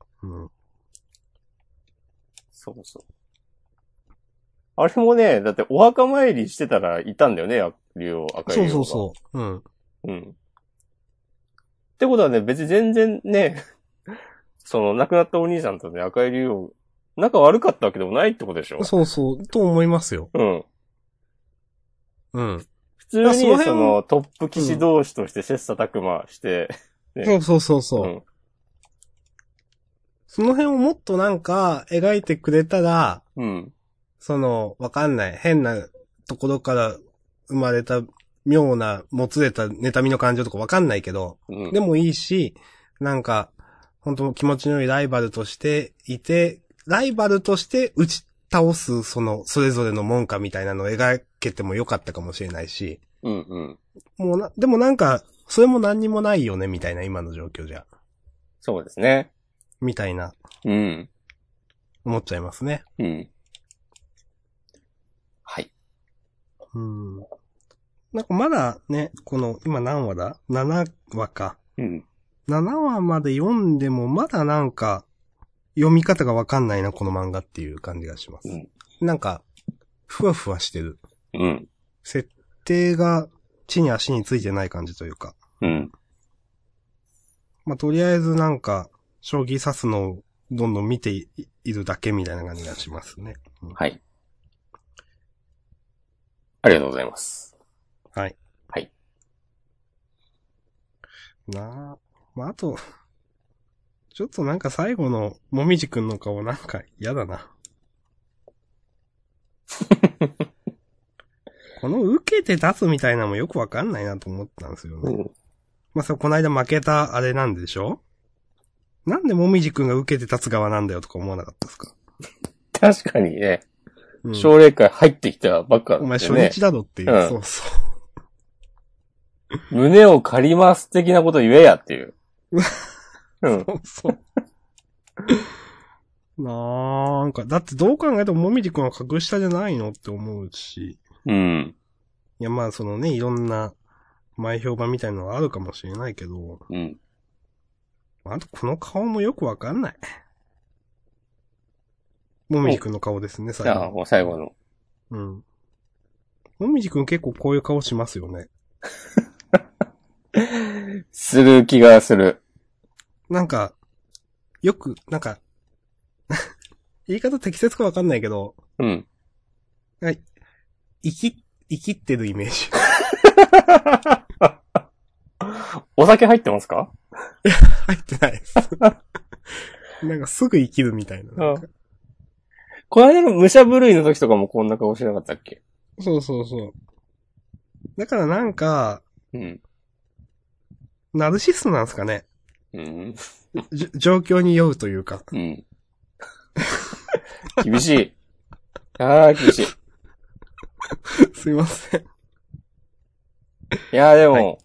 そうそう。あれもね、だってお墓参りしてたらいたんだよね、竜王、赤い竜王が。 そうそうそう。 うん。ってことはね、別に全然ね、その亡くなったお兄さんとね、赤い竜王、仲悪かったわけでもないってことでしょ？ そうそう、と思いますよ。 うん。普通にそのトップ棋士同士として切磋琢磨して、 ね、そう。その辺をもっとなんか描いてくれたら、その、わかんない、変なところから生まれた妙な、もつれた妬みの感情とかわかんないけど、でもいいし、なんか、本当気持ちのいいライバルとしていて、ライバルとして打ち倒す、その、それぞれの門下みたいなのを描けてもよかったかもしれないし、もうでもなんか、それも何にもないよね、みたいな今の状況じゃ。 そうですね。 みたいな。思っちゃいますね。 はい。 なんかまだね、この、今何話だ ?7 話か。7話まで読んでもまだなんか、読み方がわかんないな、この漫画っていう感じがします。なんか、ふわふわしてる。設定が地に足についてない感じというか。まあ、とりあえずなんか、将棋指すのをどんどん見ているだけみたいな感じがしますね。 はい。ありがとうございます。 はい。 はい。 まあ、あと、ちょっとなんか最後のもみじくんの顔なんか嫌だな。この受けて立つみたいなのもよくわかんないなと思ったんですよね。まあ、この間負けたあれなんでしょ？なんでもみじくんが受けて立つ側なんだよとか思わなかったですか？ 確かにね。奨励会入ってきたばっか、ね。 お前初日だろっていう。そうそう。 胸を借ります的なこと言えやっていう。 そう。なんか、だってどう考えてももみじくんは格下じゃないのって思うし。いや、まあそのね、いろんな前評判みたいなのがあるかもしれないけど。あとこの顔もよくわかんない。もみじくんの顔ですね、 最後。最後の。 もみじくん結構こういう顔しますよね。 する気がする。 なんか、よく、なんか、言い方適切かわかんないけど、はい。生きってるイメージ。 お酒入ってますか？ いや、入ってないです。なんかすぐ生きるみたいな。 この間の武者震いの時とかもこんな顔しなかったっけ？ そう。だからなんか、ナルシストなんですかね。状況に酔うというか。 厳しい。厳しい。 すいません。 いや、でも、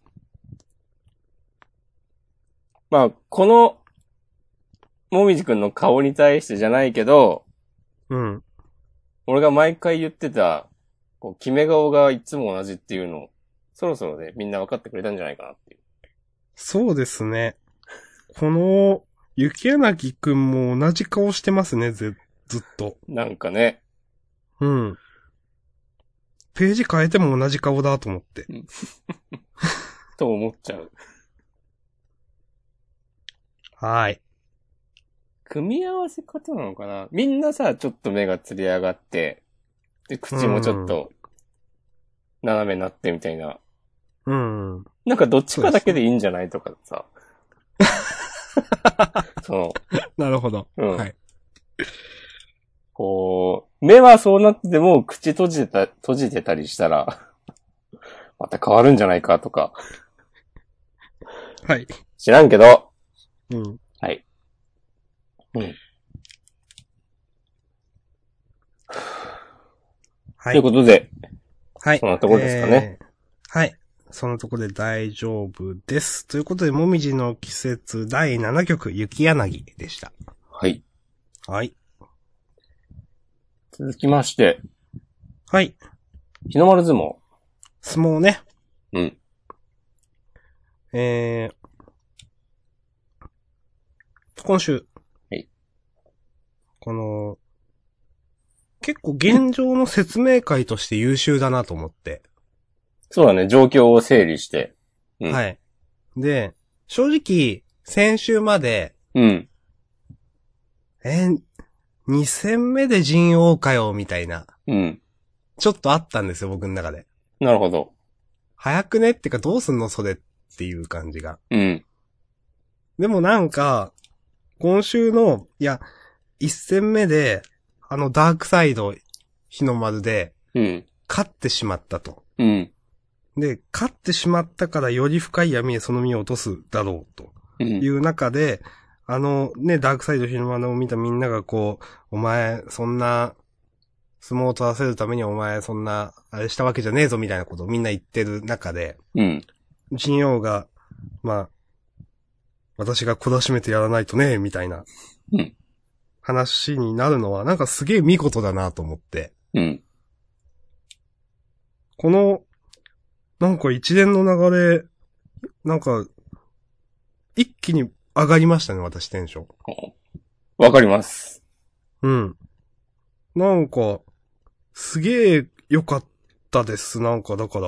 まあ、この、もみじくんの顔に対してじゃないけど、俺が毎回言ってた、こう、決め顔がいつも同じっていうのを、そろそろね、みんな分かってくれたんじゃないかなっていう。 そうですね。この、雪柳くんも同じ顔してますね、ずっと。 なんかね。 ページ変えても同じ顔だと思って。 と思っちゃう。 はい。 組み合わせ方なのかな。みんなさ、ちょっと目がつり上がって、で、口もちょっと斜めになってみたいな。 うん。 なんかどっちかだけでいいんじゃないとかさ。 なるほど。 うん。 はい。 こう、目はそうなってても口閉じてたりしたら、また変わるんじゃないかとか。 はい。 知らんけど。 うん。 はい。うん。 はい。 ということで、 はい。 そんなところですかね。 はい。そのところで大丈夫です。ということで、もみじの季節第7曲、雪柳でした。 はい。 はい。 続きまして、 はい。 日の丸相撲。 相撲ね。 うん。 今週。 はい。 この、結構現状の説明会として優秀だなと思って。 そうだね、状況を整理して。うん、 はい。で、正直、先週まで、 うん。 2戦目で陣王かよ、みたいな。 うん。 ちょっとあったんですよ、僕の中で。 なるほど。 早くねってかどうすんのそれっていう感じが。 うん。 でもなんか、今週の、いや、1戦目で、ダークサイド、日の丸で、 うん。 勝ってしまったと。 うん。 で、勝ってしまったからより深い闇へその身を落とすだろう、とうん。 いう中で、ダークサイド日の丸を見たみんながこう、お前、そんな、相撲を取らせるためにお前、そんな、あれしたわけじゃねえぞ、みたいなことをみんな言ってる中で、 うん。 陣王が、まあ、私が懲らしめてやらないとね、みたいな、話になるのは、なんかすげえ見事だなと思って、 うん。 この、なんか一連の流れ、なんか、一気に上がりましたね、私テンション。 わかります。 うん。なんか、すげえ良かったです、なんか、だから。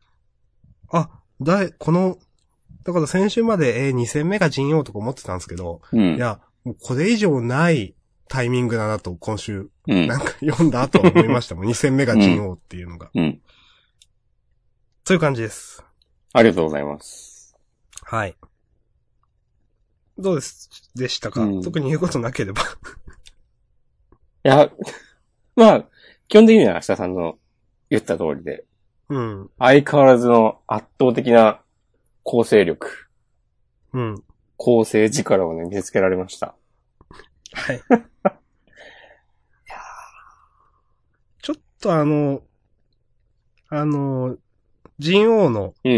だから先週まで、2戦目が陣王とか思ってたんですけど、 うん。 いや、もうこれ以上ないタイミングだなと、今週、 うん。 なんか読んだ後は思いましたもん。2戦目が陣王っていうのが。 うん。 そういう感じです。 ありがとうございます。 はい。どうでしたか、特に言うことなければ。いや、まあ、基本的には明日さんの言った通りで、 うん。 相変わらずの圧倒的な構成力。 うん。 構成力をね、見せつけられました。 はい。ちょっと陣王の、 うん。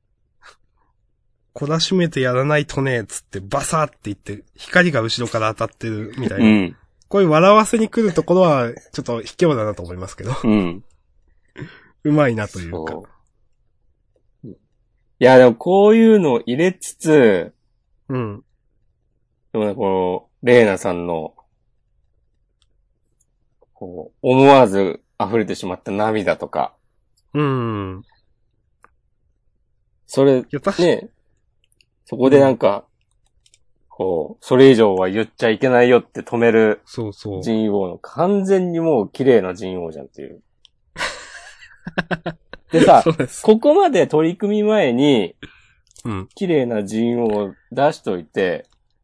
懲らしめてやらないとね、つってバサーって言って、光が後ろから当たってるみたいな。 うん。 こういう笑わせに来るところは、ちょっと卑怯だなと思いますけど。 うん。 うまいなというか。 いや、でもこういうのを入れつつ、 うん。 でもね、この、レイナさんの、こう、思わず溢れてしまった涙とか、 うん。 それ、ね、そこでなんか、こう、それ以上は言っちゃいけないよって止める、 そうそう。 陣王の完全にもう綺麗な陣王じゃんっていう。でさ、ここまで取り組み前に、綺麗な陣王を出しといて、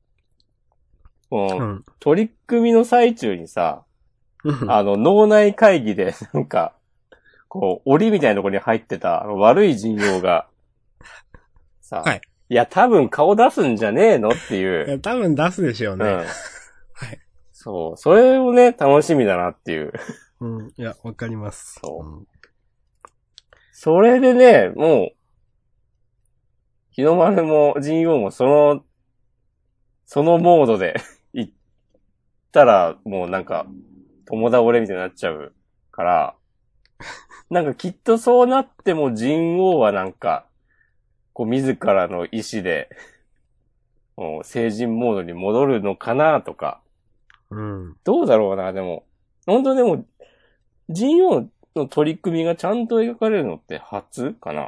取り組みの最中にさ、脳内会議で、なんか、こう、檻みたいなところに入ってた、悪い陣王が、さ、 はい。 いや、多分顔出すんじゃねえのっていう。 いや、多分出すでしょうね。はい。 そう。それをね、楽しみだなっていう。 うん。いや、わかります。 そう。それでね、もう、日の丸も陣王もそのモードで行ったら、もうなんか、友倒れみたいになっちゃうから、なんかきっとそうなっても陣王はなんか、こう自らの意志で、もう成人モードに戻るのかなとか。 うん。 どうだろうな、でも。本当でも、陣王の取り組みがちゃんと描かれるのって初かな？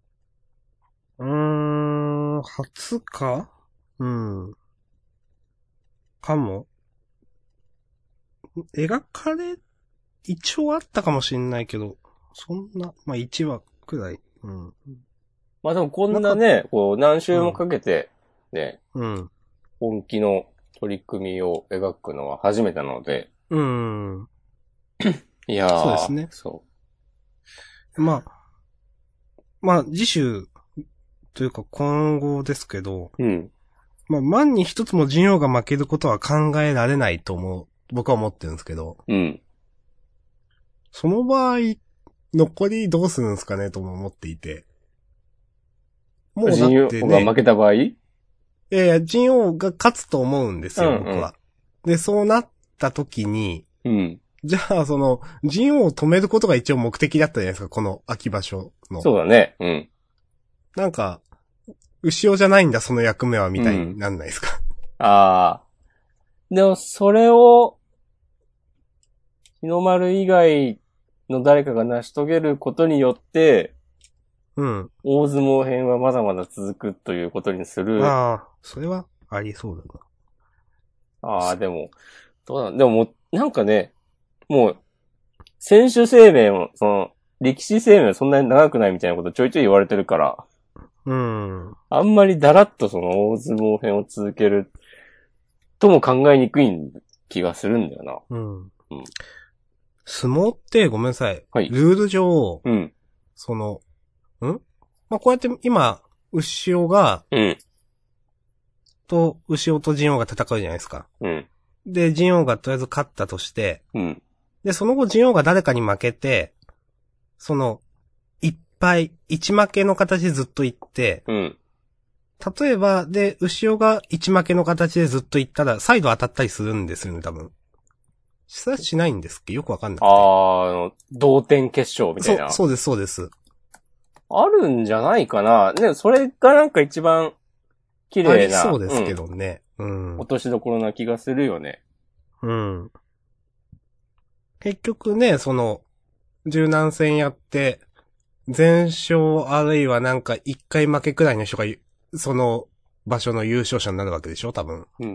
初かうん。 かも。描かれ、一応あったかもしんないけど、そんな、まあ1話くらい。うん。 まあでもこんなね、こう何週もかけて、ね、 うん。 本気の取り組みを描くのは初めてなので、 うん。 いやー、 そうですね。 そまあ、次週、というか今後ですけど、 う。うん。 まあ、万に一つもジンオウが負けることは考えられないと僕は思ってるんですけど、 うん。 その場合、残りどうするんですかねとも思っていて。もうだっジンてね、 が負けた場合ジンオウが勝つと思うんですよ、 うんうん僕は。で、そうなった時に、 うん。 じゃあ、ジンオウを止めることが一応目的だったじゃないですか、この秋場所の。 そうだね。うん。 なんか、牛尾じゃないんだ、その役目は、みたいにうん。 なんないですか。 ああ。でも、それを、日の丸以外の誰かが成し遂げることによって、 うん。 大相撲編はまだまだ続くということにする。 ああ、それはありそうだな。 ああ、でも、どうなんでももう、なんかね、もう、選手生命も、力士生命はそんなに長くないみたいなことちょいちょい言われてるから、 うん。 あんまりだらっとその大相撲編を続けるとも考えにくい気がするんだよな。 うん。 うん相撲ってごめんなさい。 はいルール上、 うん。 まあ、こうやって今、牛尾が、 うん。 牛尾とジンオウが戦うじゃないですか。 うん。 で、ジンオウがとりあえず勝ったとして、 うん。 で、その後ジンオウが誰かに負けて、一負けの形でずっと行って、 うん。 例えば、で、牛尾が一負けの形でずっと行ったら、再度当たったりするんですよね、多分。しないんですっけよくわかんなくて。 同点決勝みたいな。 そうです、そうです。 あるんじゃないかな。ね、それがなんか一番綺あり麗な、 そうですけどね。うん。 落としどころな気がするよね。 うん。結局ね、柔軟戦やって、全勝あるいはなんか一回負けくらいの人が、その場所の優勝者になるわけでしょ多分。 うん。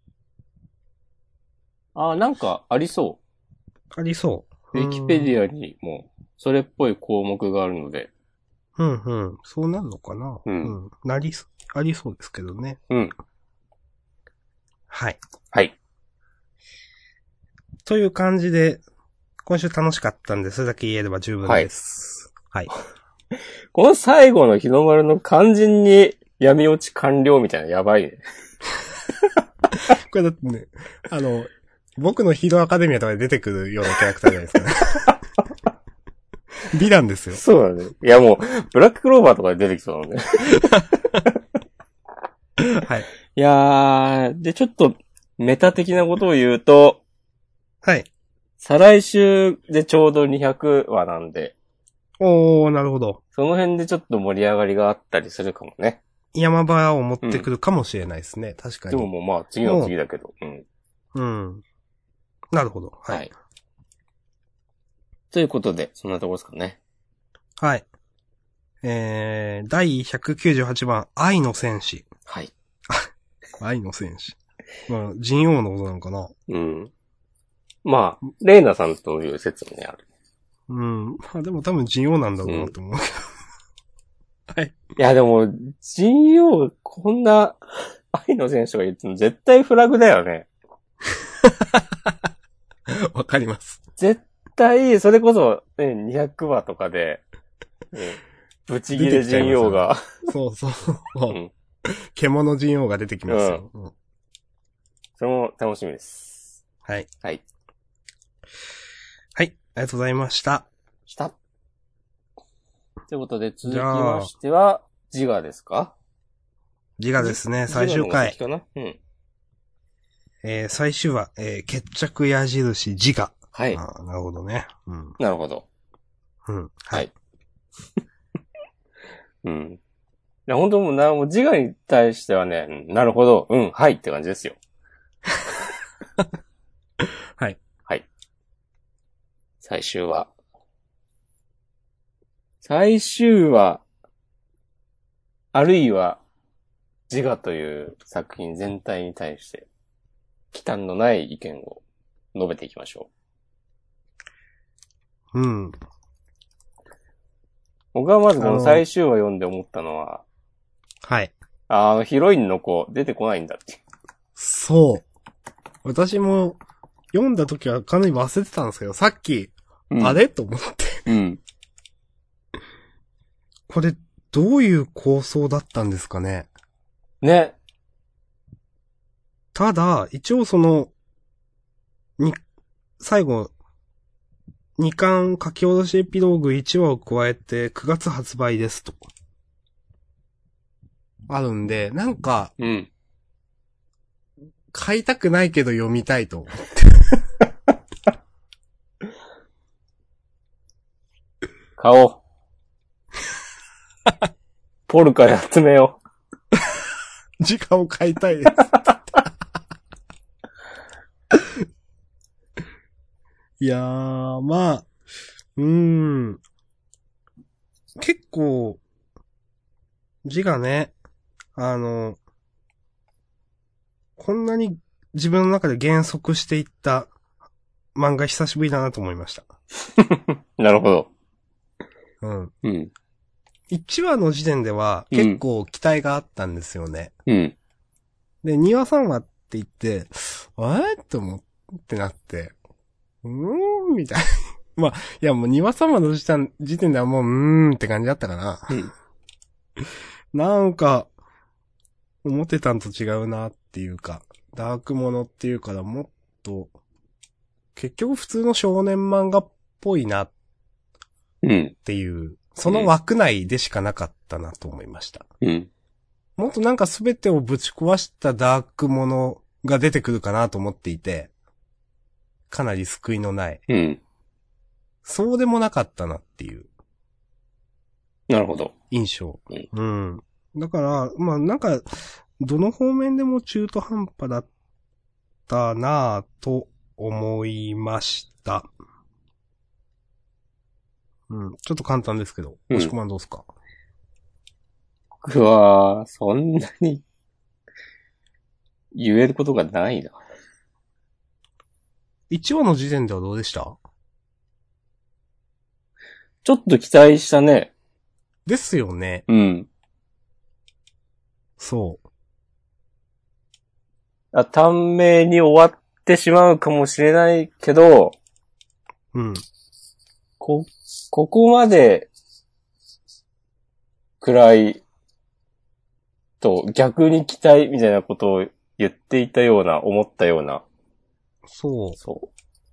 なんかありそありそう。 う。 ウィキペディアにも、それっぽい項目があるので。 うんうん。そうなるのかなうん。 ありそうですけどね。 うん。 はい。 はい。 という感じで、今週楽しかったんで、それだけ言えれば十分です。はい。 この最後の日の丸の肝心に闇落ち完了みたいなやばいね。 これだってね、僕のヒーローアカデミアとかで出てくるようなキャラクターじゃないですかね。美談ですよ。 そうだね。いやもう、ブラッククローバーとかで出てきそうなのね。 はい。 いやー、で、ちょっと、メタ的なことを言うと、 はい。 再来週でちょうど200話なんで、 おー、なるほど。 その辺でちょっと盛り上がりがあったりするかもね。 山場を持ってくるかもしれないですね。確かに。 でももうまあ、次の次だけど。うん。 うん。なるほど。はい。 はい。ということで、そんなとこですかね。 はい。第198番、愛の戦士。 はい。 愛の戦士。まあ、人王のことなのかな。 うん。まあ、レイナさんという説もね、ある。 うん。まあでも多分人王なんだろうなと思うけど。はい。 いや、でも、GO、こんな、愛の選手が言っても絶対フラグだよね。 わかります。 絶対、それこそ、ね、200話とかで、ね、ブチギレ人王が。 そうそう。 うん。 獣人王が出てきますよ。うん。 それも楽しみです。 はい。 はい。 はい。ありがとうございました。 ということで、続きましては、自我ですか？ 自我ですね、最終回。 かな？うん。 最終話、決着矢印自我。 はい。 なるほどね。うん。 なるほど。 うん。はい。 うん。いや、本当もう自我に対してはね、なるほど、うん、はいって感じですよ。 はい。 はい。最終話。最終話、あるいは、自我という作品全体に対して、 忌憚のない意見を述べていきましょうん。 僕はまずこの最終話読んで思ったのは、 はい。 ヒロインの子出てこないんだって。 そう。私も読んだ時はかなり忘れてたんですけど、さっき、あれと思って。 うん。 これ、どういう構想だったんですかね。 ね。 ただ、一応最後、2巻書き下ろしエピローグ1話を加えて9月発売ですと。あるんで、なんか、 うん。 買いたくないけど読みたいと思って。 買おう。ポルカで集めよう。時間を買いたいです。いやー、まあ、結構、字がね、こんなに自分の中で減速していった漫画久しぶりだなと思いました。 なるほど。 うん。 うん。 1話の時点では結構期待があったんですよね。 うん。 で、2話3話って言って、って思ってなって、みたいな。まあ、いやもう2話3話の時点ではもうって感じだったかな。 うん。 なんか、思ってたんと違うなっていうか、ダークものっていうからもっと、結局普通の少年漫画っぽいなっていう、その枠内でしかなかったなと思いました。 うん。 もっとなんか全てをぶち壊したダークものが出てくるかなと思っていて、かなり救いのない。 うん。 そうでもなかったなっていう。 なるほど。 印象。 うん。 だから、まあなんか、どの方面でも中途半端だったなぁと思いました。ちょっと簡単ですけど、もしくはどうですか？ 僕は、そんなに言えることがないな。 1話の時点ではどうでした？ ちょっと期待したね。 ですよね。 うん。 そう。 短命に終わってしまうかもしれないけど、ここまで、暗いと逆に期待みたいなことを言っていたような、思ったような。 そう。 そう。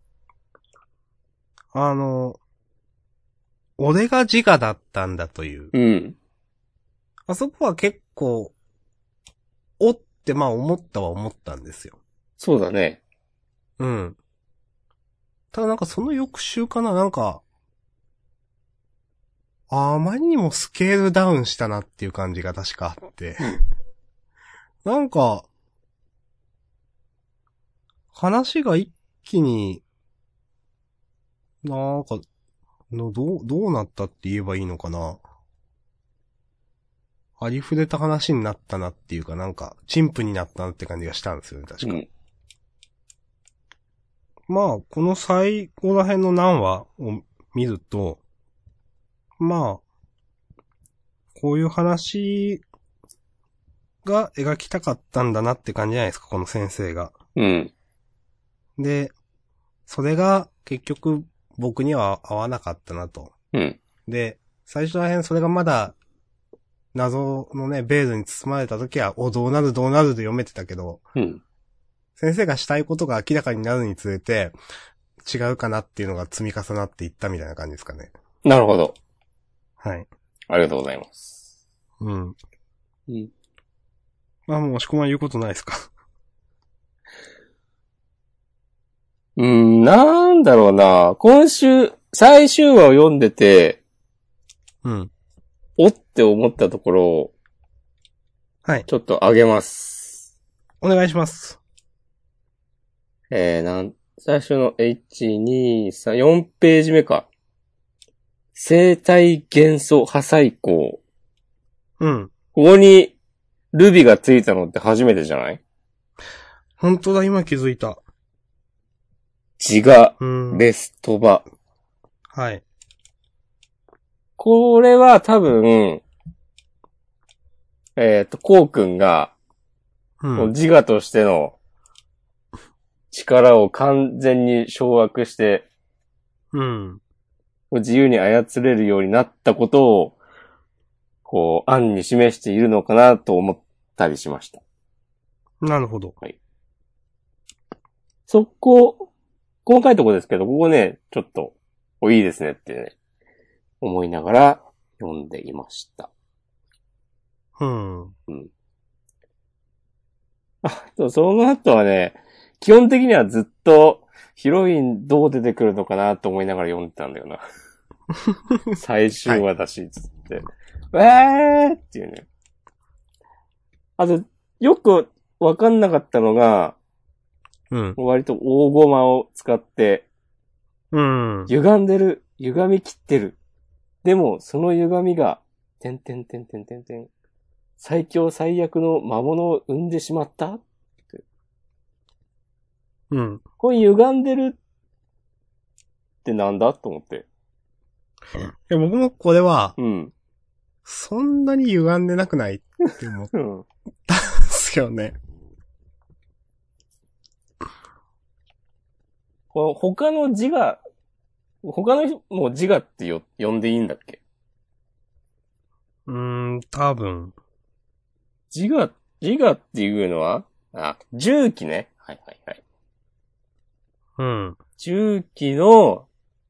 俺が自我だったんだという。 うん。 あそこは結構、おってまあ思ったんですよ。 そうだね。 うん。ただなんかその翌週かな、なんか、あまりにもスケールダウンしたなっていう感じが確かあって。なんか、話が一気に、なんか、どうなったって言えばいいのかな。ありふれた話になったなっていうか、なんか、陳腐になったなって感じがしたんですよね、確か。まあ、この最後ら辺の何話を見ると、まあ、こういう話が描きたかったんだなって感じじゃないですか、この先生が。 うん。 で、それが結局僕には合わなかったなと。 うん。 で、最初ら辺それがまだ謎のね、ベールに包まれた時は、どうなるで読めてたけど、 うん。 先生がしたいことが明らかになるにつれて、違うかなっていうのが積み重なっていったみたいな感じですかね。 なるほど。 はい。 ありがとうございます。 うん。まあもう押し込まん言うことないですか？ なんだろうな。今週、最終話を読んでて、おって思ったところを、 はい。 ちょっと上げます。 お願いします。 最初の1、2、3、4ページ目か。生体元素破砕工。ここにルビがついたのって初めてじゃない？ 本当だ、今気づいた。 自我、 うん。 ベストバ。 はい。 これは多分、こうくんが、 うん。 自我としての力を完全に掌握して、 うん。 自由に操れるようになったことを、こう、案に示しているのかなと思ったりしました。 なるほど。 はい。そこ、細かいところですけど、ここね、ちょっと、いいですねってね、思いながら読んでいました。 うん。 うん。その後はね、基本的にはずっとヒロインどう出てくるのかなと思いながら読んでたんだよな。最終話だし、つって。っていうね。あと、よくわかんなかったのが、 うん。 割と大駒を使って、 うん。 歪んでる、歪み切ってる。でも、その歪みが、最強最悪の魔物を生んでしまったうん。 これ歪んでるってなんだと思って。 僕もこれは、 うん。 そんなに歪んでなくないって思っうん。 たんですよね。 この他の自我、他の人も自我って呼んでいいんだっけ？ 多分。 自我っていうのは重機ね。はいはいはい。 うん。 重機の、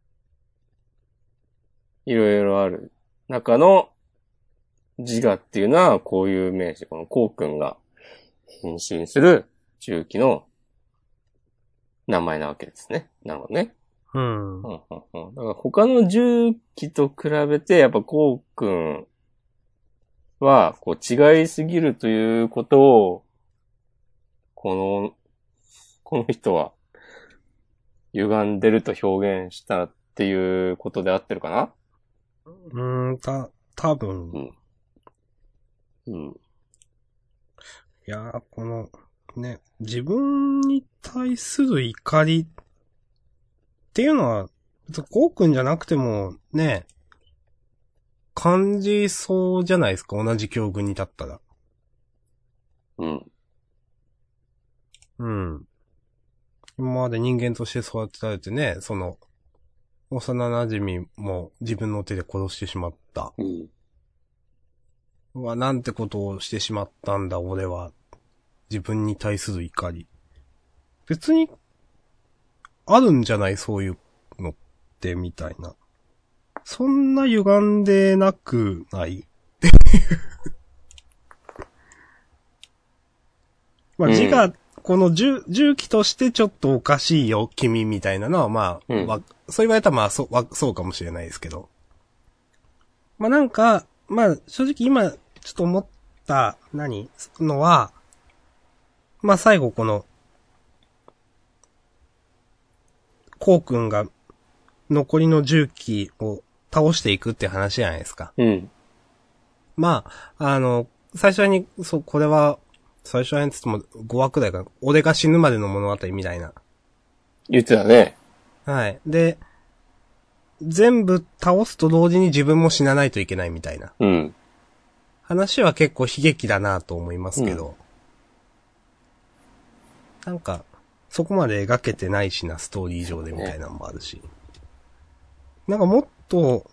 いろいろある中の自我っていうのは、こういう名詞、このこうくんが変身する重機の名前なわけですね。なるほどね。 うん。 だから他の重機と比べて、やっぱこうくんは、こう違いすぎるということを、この人は、歪んでると表現したっていうことで合ってるかな？ 多分。 うん。うん。 いやー、この、ね、自分に対する怒りっていうのは、別にこうくんじゃなくても、ね、感じそうじゃないですか、同じ境遇に立ったら。 うん。 うん。今まで人間として育てられてね、幼馴染も自分の手で殺してしまった。 うん。 うわ、なんてことをしてしまったんだ、俺は。自分に対する怒り。別に、あるんじゃないそういうのって、みたいな。そんな歪んでなくないまあ、 うん自我、この重機としてちょっとおかしいよ、君みたいなのは、まあ、 うん。 そう言われたらまあ、そうかもしれないですけど。まあなんか、まあ、正直今、ちょっと思った、のは、まあ最後この、こうくんが残りの重機を倒していくって話じゃないですか。 うん。 まあ、最初に、これは、最初につっても5話くらいかな。俺が死ぬまでの物語みたいな。 言ってたね。 はい。で、全部倒すと同時に自分も死なないといけないみたいな。 うん。 話は結構悲劇だなと思いますけど。なんか、そこまで描けてないしな、ストーリー上でみたいなのもあるし。なんかもっと、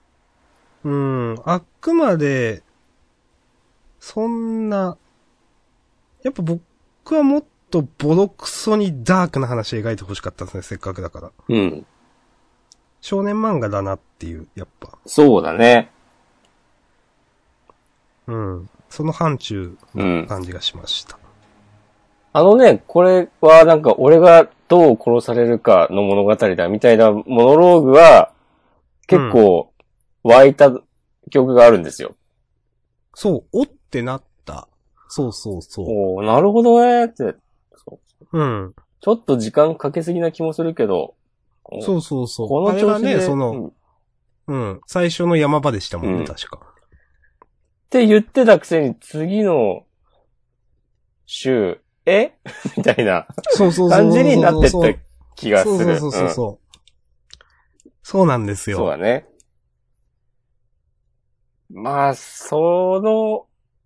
あくまで、そんな、やっぱ僕はもっとボロクソにダークな話描いてほしかったですね、せっかくだから。 うん。 少年漫画だなっていう、やっぱ。 そうだね。 その範疇な感じがしました。 これはなんか俺がどう殺されるかの物語だみたいなモノローグは結構湧いた曲があるんですよ。 そう、おってなった。そうそうそおー、なるほどねって。 う。 ちょっと時間かけすぎな気もするけど。 そうそうそう。 この調子で。 あれがね、最初の山場でしたもんね、確か。 って言ってたくせに次の週、 みたいなそうそうそうそう。 感じになってった気がする。 そうそうそう。そうなんですよ。 そうだね。まあ、その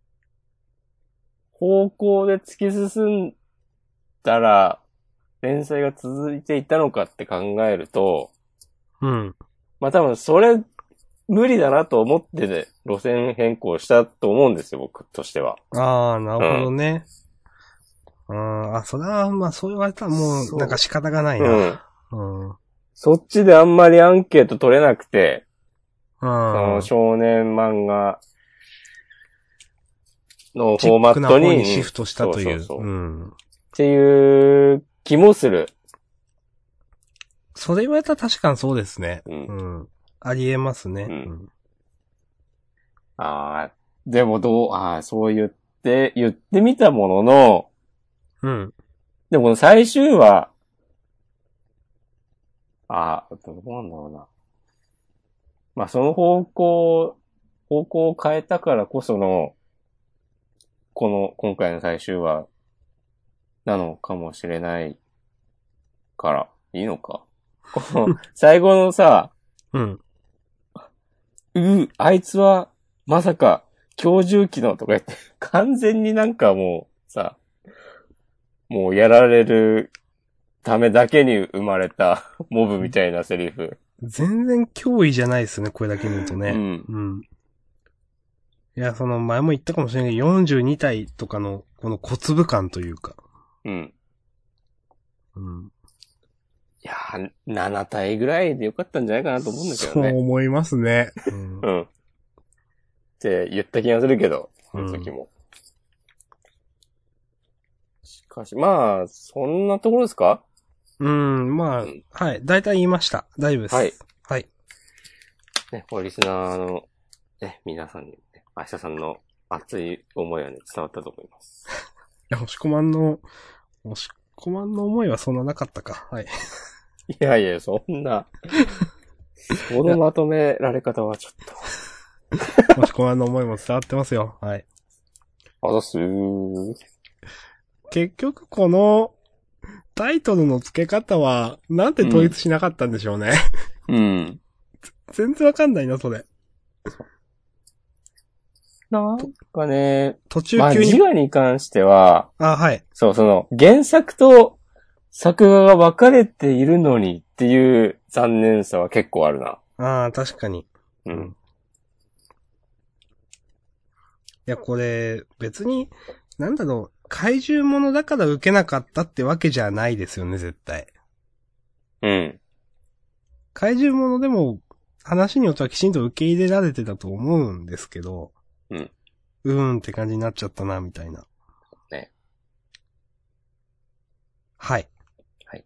方向で突き進んだら、連載が続いていたのかって考えると、 うん。 まあ多分それ無理だなと思ってね、路線変更したと思うんですよ、僕としては。 ああ、なるほどうん。 ね。それは、まあ、そう言われたらもう、なんか仕方がないうな。 ん。 うん。 そっちであんまりアンケート取れなくて、 うそのん。 少年漫画のチッフォーマックな方トに、うん、 にシフトしたそうという。 そうそう。っうん。 ていう気もする。 それ言われたら確かにそうですね。 うん。 うん。ありえますね。 うん。 うん。 ああ、でもそう言ってみたものの、 うん。 でもこの最終話、どうなんだろうな。まあその方向を変えたからこその、今回の最終話なのかもしれないから、いいのか。この、最後のさ、 うん。 あいつは、まさか、居住機能とか言って、完全になんかもう、さ、もうやられるためだけに生まれたモブみたいなセリフ。 全然脅威じゃないですね、これだけ見るとね。 うん。 うん。いや、その前も言ったかもしれないけど、42体とかの、この小粒感というか。 うん。 うん。 いやー、7体ぐらいでよかったんじゃないかなと思うんだけどそうね。 思いますね。うん。 うん。って言った気がするけど、その時うん。 も。しかし、まあ、そんなところですか？ うん、まあ、 うん。 はい。だいたい言いました。大丈夫ではい。 す。はい。いね、これリスナーの、ね、皆さんに、ね、明日さんの熱い思いはね、伝わったと思います。 や、押し込まんの思いはそんななかったか。はい。 いやいや、そんな、そいや、 のまとめられ方はちょっと。 押し込まんの思いも伝わってますよ。はい。 あざっすー。 結局このタイトルの付け方は、なんで統一しなかったんでしょうね。 うん。 全然わかんないな、それ。 なんかね、まあ途中急に、 自我に関しては、 はい。 そう、その、原作と作画が分かれているのにっていう残念さは結構あるな。 確かに。 うん。 いや、これ、別に、なんだろう、怪獣ものだから受けなかったってわけじゃないですよね、絶対。 うん。 怪獣ものでも、話によってはきちんと受け入れられてたと思うんですけど、 うん。 って感じになっちゃったな、みたいな。 ね。 はい。 はい。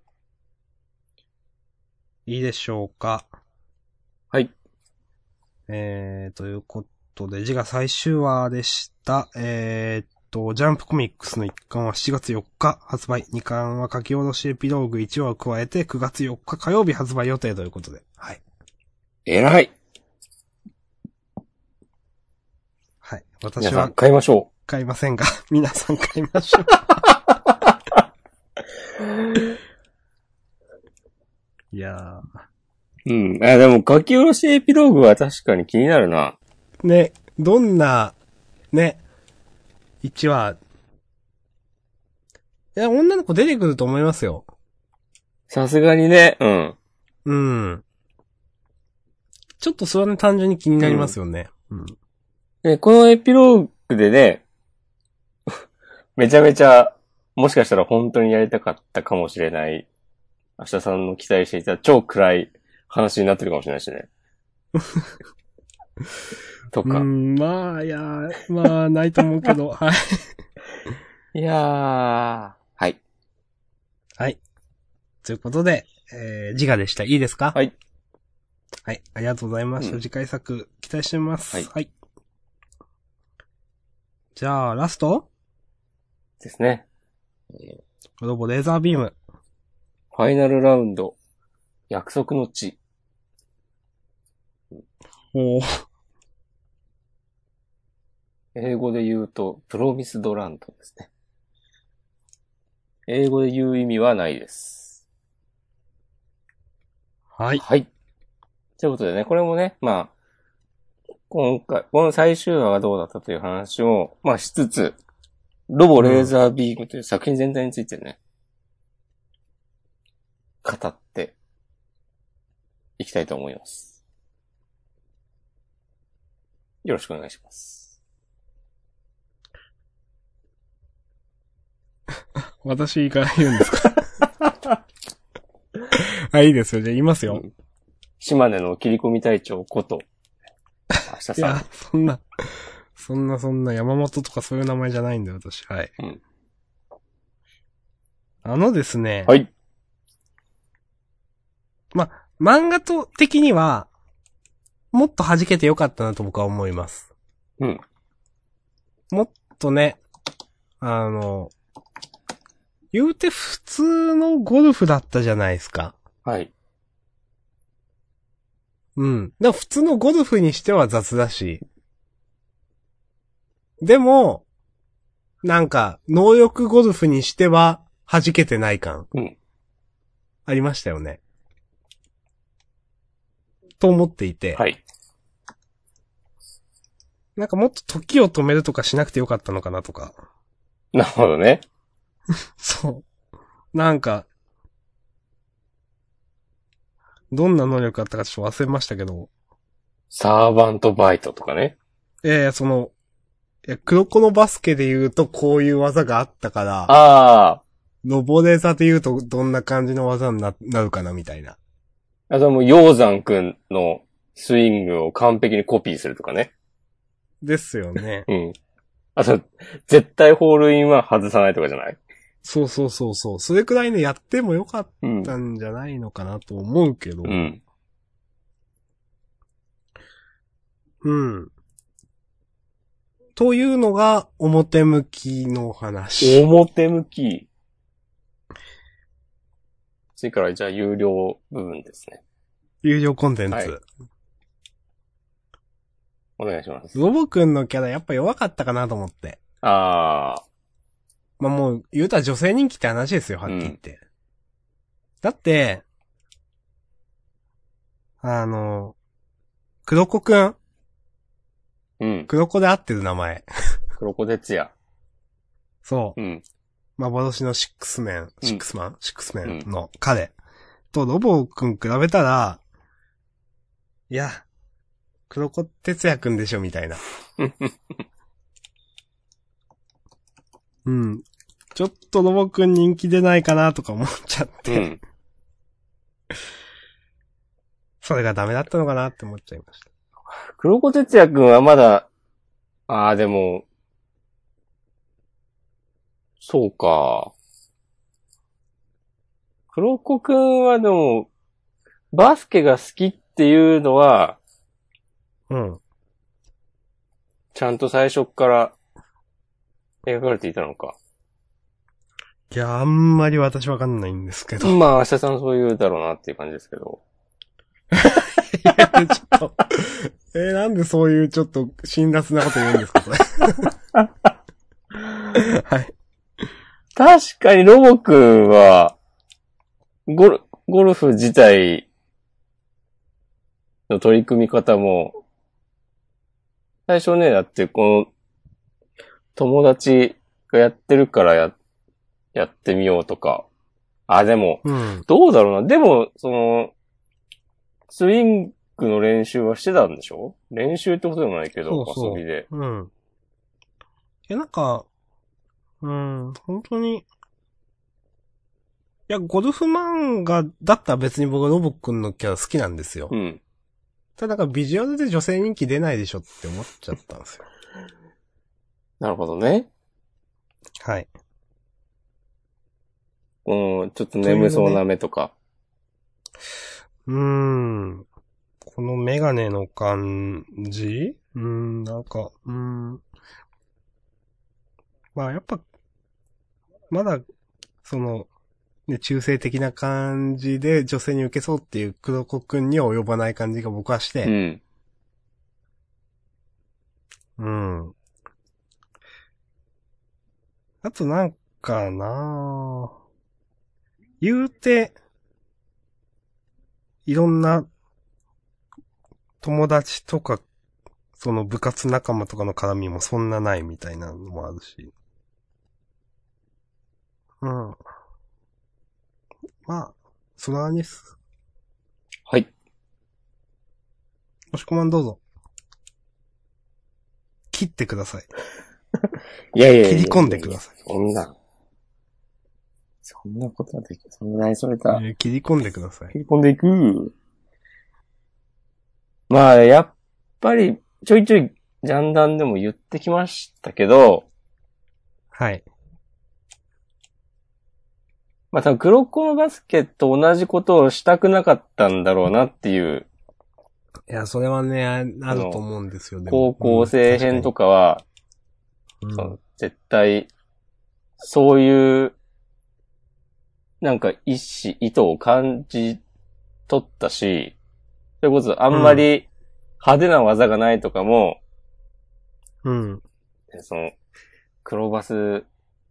いいでしょうか。 はい。 ということで、次が最終話でした。ジャンプコミックスの1巻は7月4日発売。2巻は書き下ろしエピローグ1話を加えて9月4日火曜日発売予定ということで。はい。 偉い。 はい。 皆私はさん買いましょ買いませんが、皆さん買いましょう。いやう。うん。でも書き下ろしエピローグは確かに気になるな。 ー。ね、どんな、ね、1話。いや、女の子出てくると思いますよ。 さすがにね。うん。 うん。ちょっとそれはね、単純に気になりますよね。うん。 で、このエピローグでね、めちゃめちゃ、もしかしたら本当にやりたかったかもしれない、明日さんの期待していた超暗い話になってるかもしれないしね。とか。 まあ、いや、まあ、ないと思うけど、はい。 いやー、はい。 はい。ということで、自我でした。いいですか？ はい。 はい。ありがとうございました。次回作、期待してます。 はい。 はい。じゃあ、ラストですね。 ロボレーザービーム。 ファイナルラウンド、約束の地。 おー。 英語で言うと、プロミスドランドですね。 英語で言う意味はないです。 はい。 はい。ということでね、これもね、まあ、今回、この最終話がどうだったという話を、まあしつつ、ロボレーザービームという作品全体についてね、語っていきたいと思います。よろしくお願いします。 私から言うんですか？あ、いいですよ。じゃあ言いますよ。 島根の切り込み隊長こと、明日さん。 いや、そんな山本とかそういう名前じゃないんだよ、私。はい。 うん。 ですね。 はい。 ま、漫画と的には、もっと弾けてよかったなと僕は思います。 うん。 もっとね、言うて普通のゴルフだったじゃないですか。 はい。 うん。でも普通のゴルフにしては雑だし。でも、なんか、能力ゴルフにしては弾けてない感。 うん。 ありましたよね。と思っていて。 はい。 なんかもっと時を止めるとかしなくてよかったのかなとか。 なるほどね。 そう。なんか、どんな能力あったかちょっと忘れましたけど。 サーバントバイトとかね。 黒子のバスケで言うとこういう技があったから、 あ登れ座で言うとどんな感じの技になるかなみたいな。 あとはもう、ヨウザン君のスイングを完璧にコピーするとかね。 ですよね。 うん。あと、絶対ホールインは外さないとかじゃない？ そうそうそうそう。それくらいね、やってもよかっうん。 たんじゃないのかなと思うけど。 うん。 うん。というのが表向きの話。 表向き。次からじゃあ有料部分ですね。 有料コンテンツ。 はいお願いします。 ロボくんのキャラやっぱ弱かったかなと思って。 ああ。 まあ、もう言うたら女性人気って話ですよ、はっきり言って。だって、黒子くんうん。 黒子で合ってる名前。 黒子哲也。 そう。 うん。 幻のシックスメンうんの彼とロボくん比べたら、いや、黒子哲也くんでしょ、みたいな。うん。ちょっとロボくん人気出ないかなとか思っちゃって。 うん。 それがダメだったのかなって思っちゃいました。 黒子哲也くんはまだ、ああ、でも、そうか。黒子くんはでも、バスケが好きっていうのは、 うん。 ちゃんと最初から描かれていたのか。 いや、あんまり私わかんないんですけど。 まあ、明日さんそう言うだろうなっていう感じですけど。 いや、ちょっと、なんでそういうちょっと辛辣なこと言うんですか、それ。はい。 確かにロボくんは、ゴルフ自体の取り組み方も、最初ね、だってこの、友達がやってるからやってみようとか。あ、でも、 うん。 どうだろうな。でも、スイングの練習はしてたんでしょ？練習ってことでもないけど、 そうそう。 遊びで。 うん。なんか、本当に、いや、ゴルフ漫画だったら別に僕はロボくんのキャラ好きなんですよ。 うん。 ただなんかビジュアルで女性人気出ないでしょって思っちゃったんですよ。 なるほどね。 はい。 うん、ちょっと眠そうな目とか。 このメガネの感じなんか、まあやっぱ、まだ、その、ね、中性的な感じで女性に受けそうっていう黒子くんには及ばない感じが僕はして、 うん。 うん。あとなんかな。言うて、いろんな友達とか、その部活仲間とかの絡みもそんなないみたいなのもあるし。うん。まあ、そのあれです。 はい。 もしこまんどうぞ。切ってください。 いやいやいやいや切り込んでください。 そんなことはできる。そんなにそれた。 切り込んでください。 切り込んでいく。まあ、やっぱり、ちょいちょい、ジャンダンでも言ってきましたけど、 はい。 まあ多分黒子のバスケと同じことをしたくなかったんだろうなっていう。 いや、それはね、あると思うんですよ、で高も。 校生編とかは、絶対、そういう、なんか意図を感じ取ったし、それこそあんまり派手な技がないとかも、その、黒バス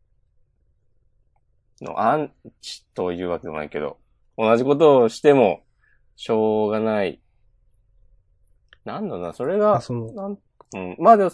のアンチというわけでもないけど、同じことをしても、しょうがない。なんだろうな、それが、まあでも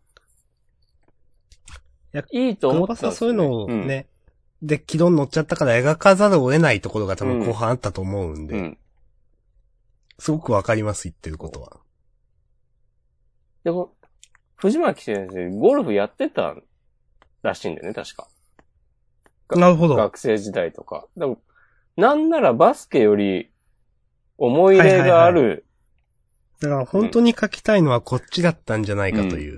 いいと思ったんですよね。 そういうのをね、で、軌道に乗っちゃったから描かざるを得ないところが多分後半あったと思うんで、すごくわかります、言ってることは。 でも、藤巻先生、ゴルフやってたらしいんだよね、確か。 なるほど。 学生時代とか。でもなんならバスケより思い入れがある。 だから本当に書きたいのはこっちだったんじゃないかという。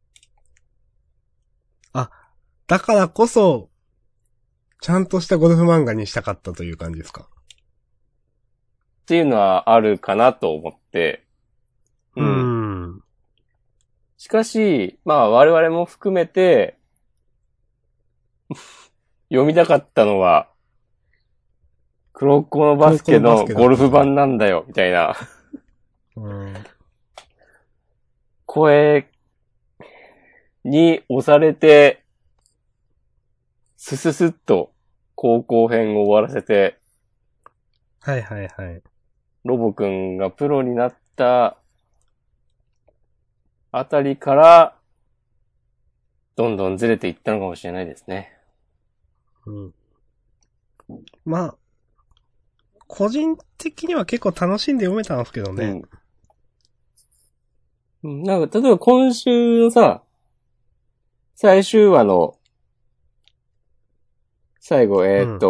だからこそ、ちゃんとしたゴルフ漫画にしたかったという感じですか。 っていうのはあるかなと思って。しかし、まあ我々も含めて、読みたかったのは、黒子のバスケのゴルフ版なんだよ、みたいな。声に押されて、スススッと高校編を終わらせて、 はいはいはい。 ロボくんがプロになったあたりから、どんどんずれていったのかもしれないですね。 まあ、個人的には結構楽しんで読めたんですけどね。 なんか、例えば今週のさ、最終話の、最後、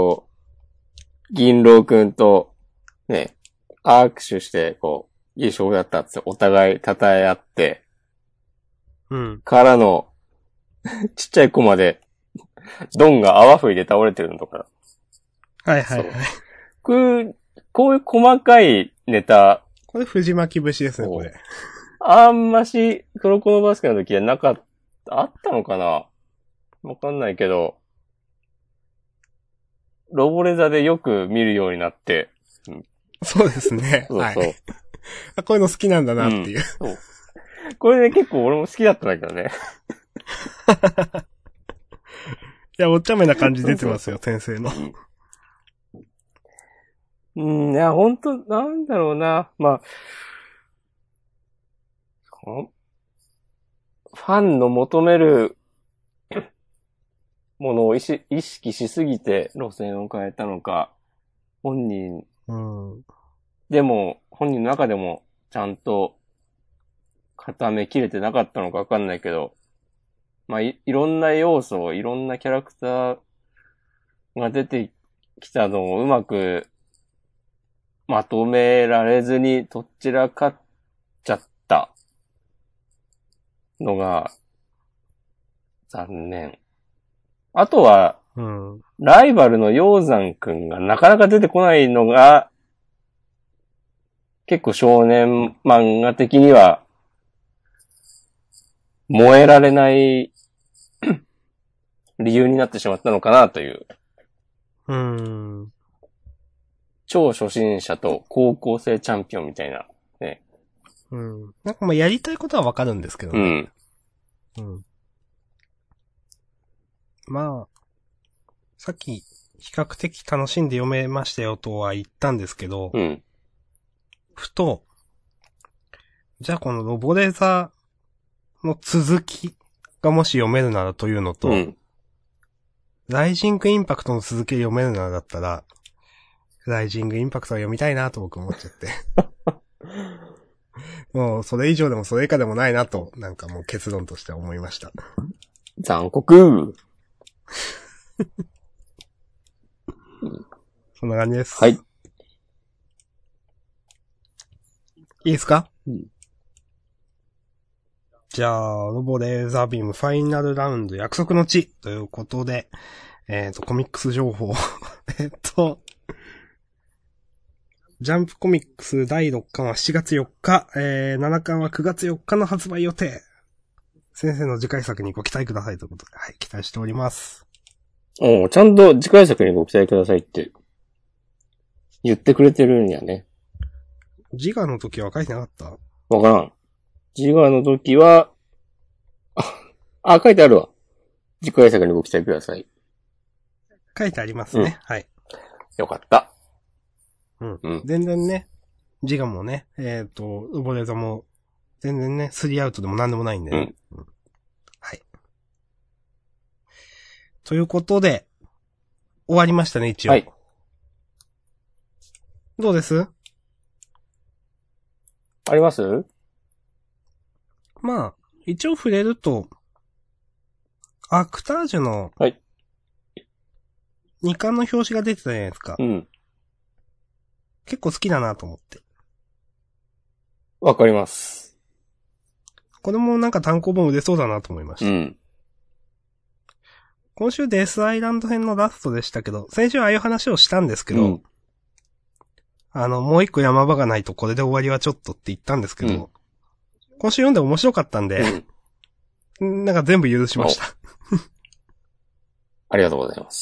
銀狼くんと、ね、握手して、こう、いい勝負だったってお互い称え合って、からの、ちっちゃい子まで、ドンが泡吹いて倒れてるのとか。 はいはいはい。 こういう細かいネタ。 これ藤巻節ですね、これ。 あんまし、黒子のバスケの時はあったのかなわかんないけど、ロボレザでよく見るようになって。 そうですね。 そうそう。 こういうの好きなんだなっていう。 そうこれね、結構俺も好きだったんだけどね。 いや、お茶目な感じ出てますよ、先生の。 いや、ほんと、なんだろうな。まあ、ファンの求めるものを意識しすぎて路線を変えたのか、本人、でも、本人の中でもちゃんと固めきれてなかったのかわかんないけど、まあ、いろんな要素、いろんなキャラクターが出てきたのをうまくまとめられずにどちらかっちゃったのが残念。あとは、ライバルの鷹山くんがなかなか出てこないのが結構少年漫画的には燃えられない理由になってしまったのかなという。超初心者と高校生チャンピオンみたいな。ね。 なんかまあやりたいことはわかるんですけどね。まあ、 さっき、比較的楽しんで読めましたよとは言ったんですけど、 うん。 ふと、じゃあこのロボレザの続きがもし読めるならというのと、 うん。 ライジングインパクトの続きで読めるならだったら、ライジングインパクトは読みたいなと僕思っちゃって。もうそれ以上でもそれ以下でもないなと、なんかもう結論としては思いました。 残酷。 そんな感じです。 はい。 いいですか？ うん。 じゃあ、ロボレーザービームファイナルラウンド約束の地ということで、コミックス情報。ジャンプコミックス第6巻は7月4日、7巻は9月4日の発売予定。先生の次回作にご期待くださいということで、はい、期待しております。 おう、ちゃんと次回作にご期待くださいって言ってくれてるんやね。 自我の時は書いてなかった？ わからん。自我の時は、書いてあるわ。次回作にご期待ください。 書いてありますね。はい。 よかった。 うん。 うん。 全然ね、自我もね、ロボレーザも、全然ね、3アウトでも何でもないんでね。うん。はい。ということで、終わりましたね、一応。 はい。 どうです？ あります？ まあ、一応触れると、アクタージュの、 はい。 2巻の表紙が出てたじゃないですか。 うん。 結構好きだなと思って。 わかります。 これもなんか単行本売れそうだなと思いました。 うん。 今週デスアイランド編のラストでしたけど、先週ああいう話をしたんですけど、 うん。 もう一個山場がないとこれで終わりはちょっとって言ったんですけど、 うん今週読んで面白かったんで、なんか全部許しました。 ありがとうございます。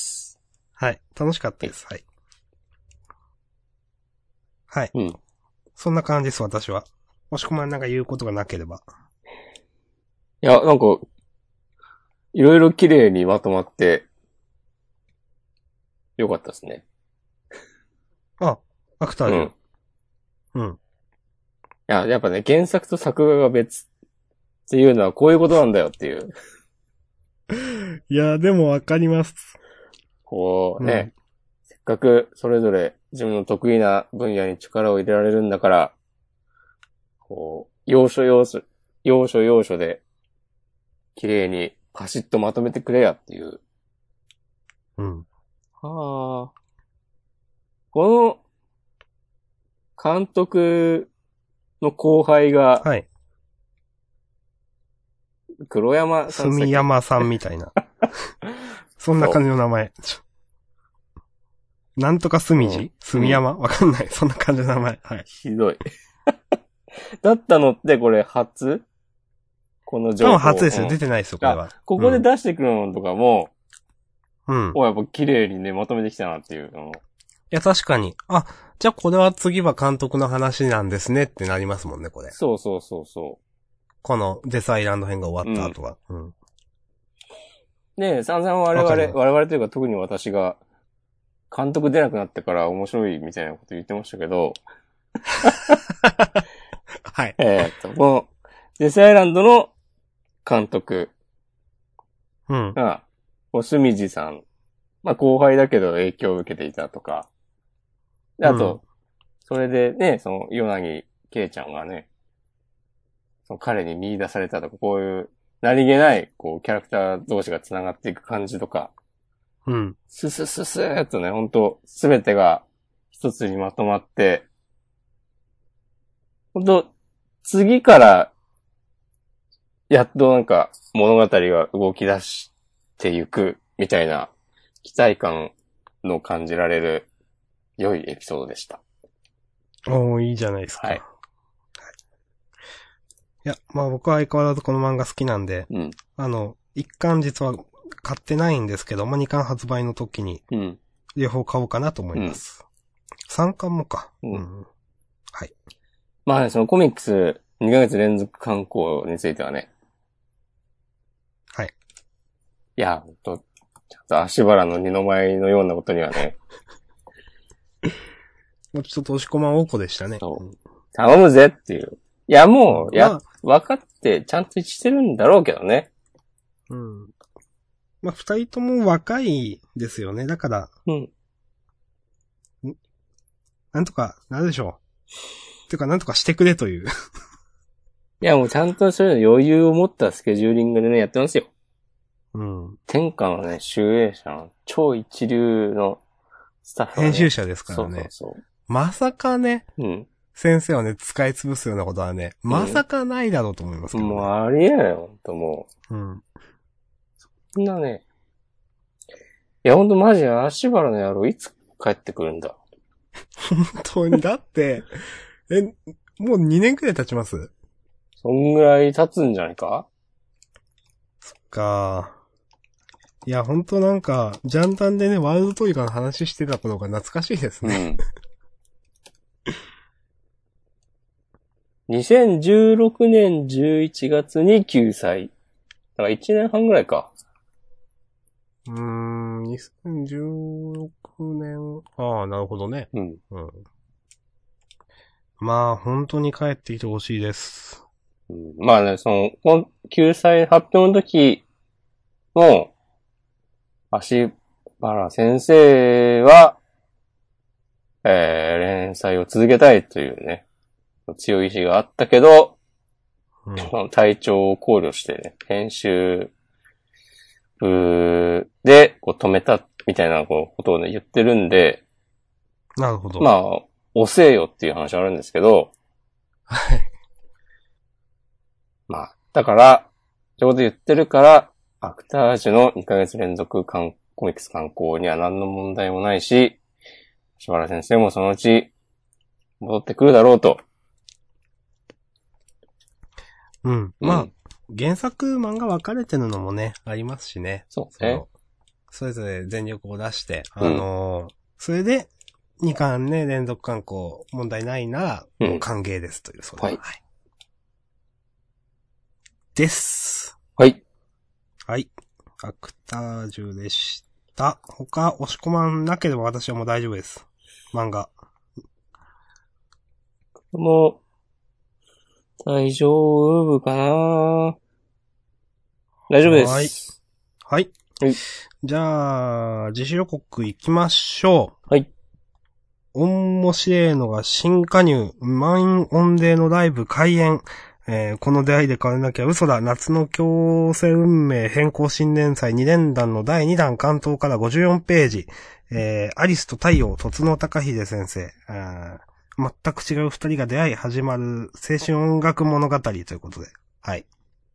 はい。楽しかったです。はい。はい。 うん。 そんな感じです、私は。もしくはなんか言うことがなければ。 いや、なんか、いろいろ綺麗にまとまって、よかったですね。 あ、アクタージュ。 うん。 うん。 やっぱね、原作と作画が別っていうのはこういうことなんだよっていう。 いや、でもわかります。 こうね、せっかくそれぞれ自分の得意な分野に力を入れられるんだから、こう、要所要所で綺麗にパシッとまとめてくれやっていう。 うん。 はあ。この監督の後輩が、 はい。 黒山さん。 住山さんみたいな。そんな感じの名前。なんとか住地、住山、わかんない。そんな感じの名前。はい。 ひどい。だったのってこれ初？この情報。 多分初ですよ。出てないですよ、これは。 ここで出してくるのとかも、 うん。 やっぱ綺麗にね、まとめてきたなっていうの。 いや、確かに。あ、じゃあこれは次は監督の話なんですねってなりますもんね、これ。 そうそうそうそう。 このデスアイランド編が終わった後は。うん。 ねえ、散々我々というか特に私が、監督出なくなってから面白いみたいなこと言ってましたけど、 はい。 この、デスアイランドの監督うん。 が、住地さん、まあ後輩だけど影響を受けていたとか、であと、それでね、その、ヨナギケイちゃんがね、その彼に見出されたとか、こういう、何気ない、こう、キャラクター同士が繋がっていく感じとか、 うん。 スーっとね、ほんと、すべてが一つにまとまって、ほんと、次から、やっとなんか、物語が動き出していく、みたいな、期待感の感じられる、良いエピソードでした。 おー、いいじゃないですか。 はい。 いや、まあ僕は相変わらずこの漫画好きなんで、 うん。 一巻実は買ってないんですけど、まあ二巻発売の時に、 うん。 両方買おうかなと思います。三巻もか。 うんうん。はい。 まあね、そのコミックス2ヶ月連続刊行についてはね。 はい。 いや、ほんと、 ちゃんと足原の二の舞のようなことにはね、 もうちょっと押し込まんおこでしたね。 そう頼むぜっていう。いや、もう、 まあ分かってちゃんとしてるんだろうけどね。 うん。まあ、二人とも若いですよね。だから、 うん。 なんとかなるでしょう。てか、なんとかしてくれという。 いや、もうちゃんとそういうの余裕を持ったスケジューリングでね、やってますよ。 うん。 天下のね、集英社の超一流のスタッフがね、 編集者ですからね。 そうまさかね、 そう。うん。 先生をね、使い潰すようなことはね、まさかないだろうと思いますけどね。 もうありえないよ、ほんともうん。 う。そんなね。いや、ほんとマジで足原の野郎いつ帰ってくるんだ。 本当に、だって、もう2年くらい経ちますそんぐらい経つんじゃないか。 か。いや、本当なんか、ジャンダンでね、ワールドトリガーの話してたことが懐かしいですね。 うん。2016年11月に9歳。だから1年半ぐらいか。 2016年、ああ、なるほどね。 うん。 うん。まあ、本当に帰ってきてほしいです。 うん、まあね、9歳発表の時も、足原先生は、連載を続けたいというね、強い意志があったけど、 うん。 体調を考慮してね、編集部でこう止めたみたいなことをね、言ってるんで、 なるほど。 まあ、遅えよっていう話はあるんですけど、 はい。 まあ、だから、ちょうど言ってるから、アクタージュの2ヶ月連続コミックス刊行には何の問題もないし、柴原先生もそのうち戻ってくるだろうと。 うん。まあ、原作漫画分かれてるのもね、ありますしね。 そうね。 それぞれ全力を出して、 うんそれで、2巻ね、連続刊行問題ないなら、もう歓迎ですという、それは。 はい。 です。 はい。 はい。アクタージュでした。他、押し込まんなければ私はもう大丈夫です。漫画。 もう、大丈夫かな大丈夫です。 はい。 はい。 じゃあ、自主予告行きましょはい。 面白いのが新加入、満員御礼のライブ開演。この出会いで変わらなきゃ嘘だ。夏の強制運命変更新年祭2連弾の第2弾関東から54ページ。アリスと太陽、とつの高秀先生。全く違う二人が出会い始まる青春音楽物語ということで。はい。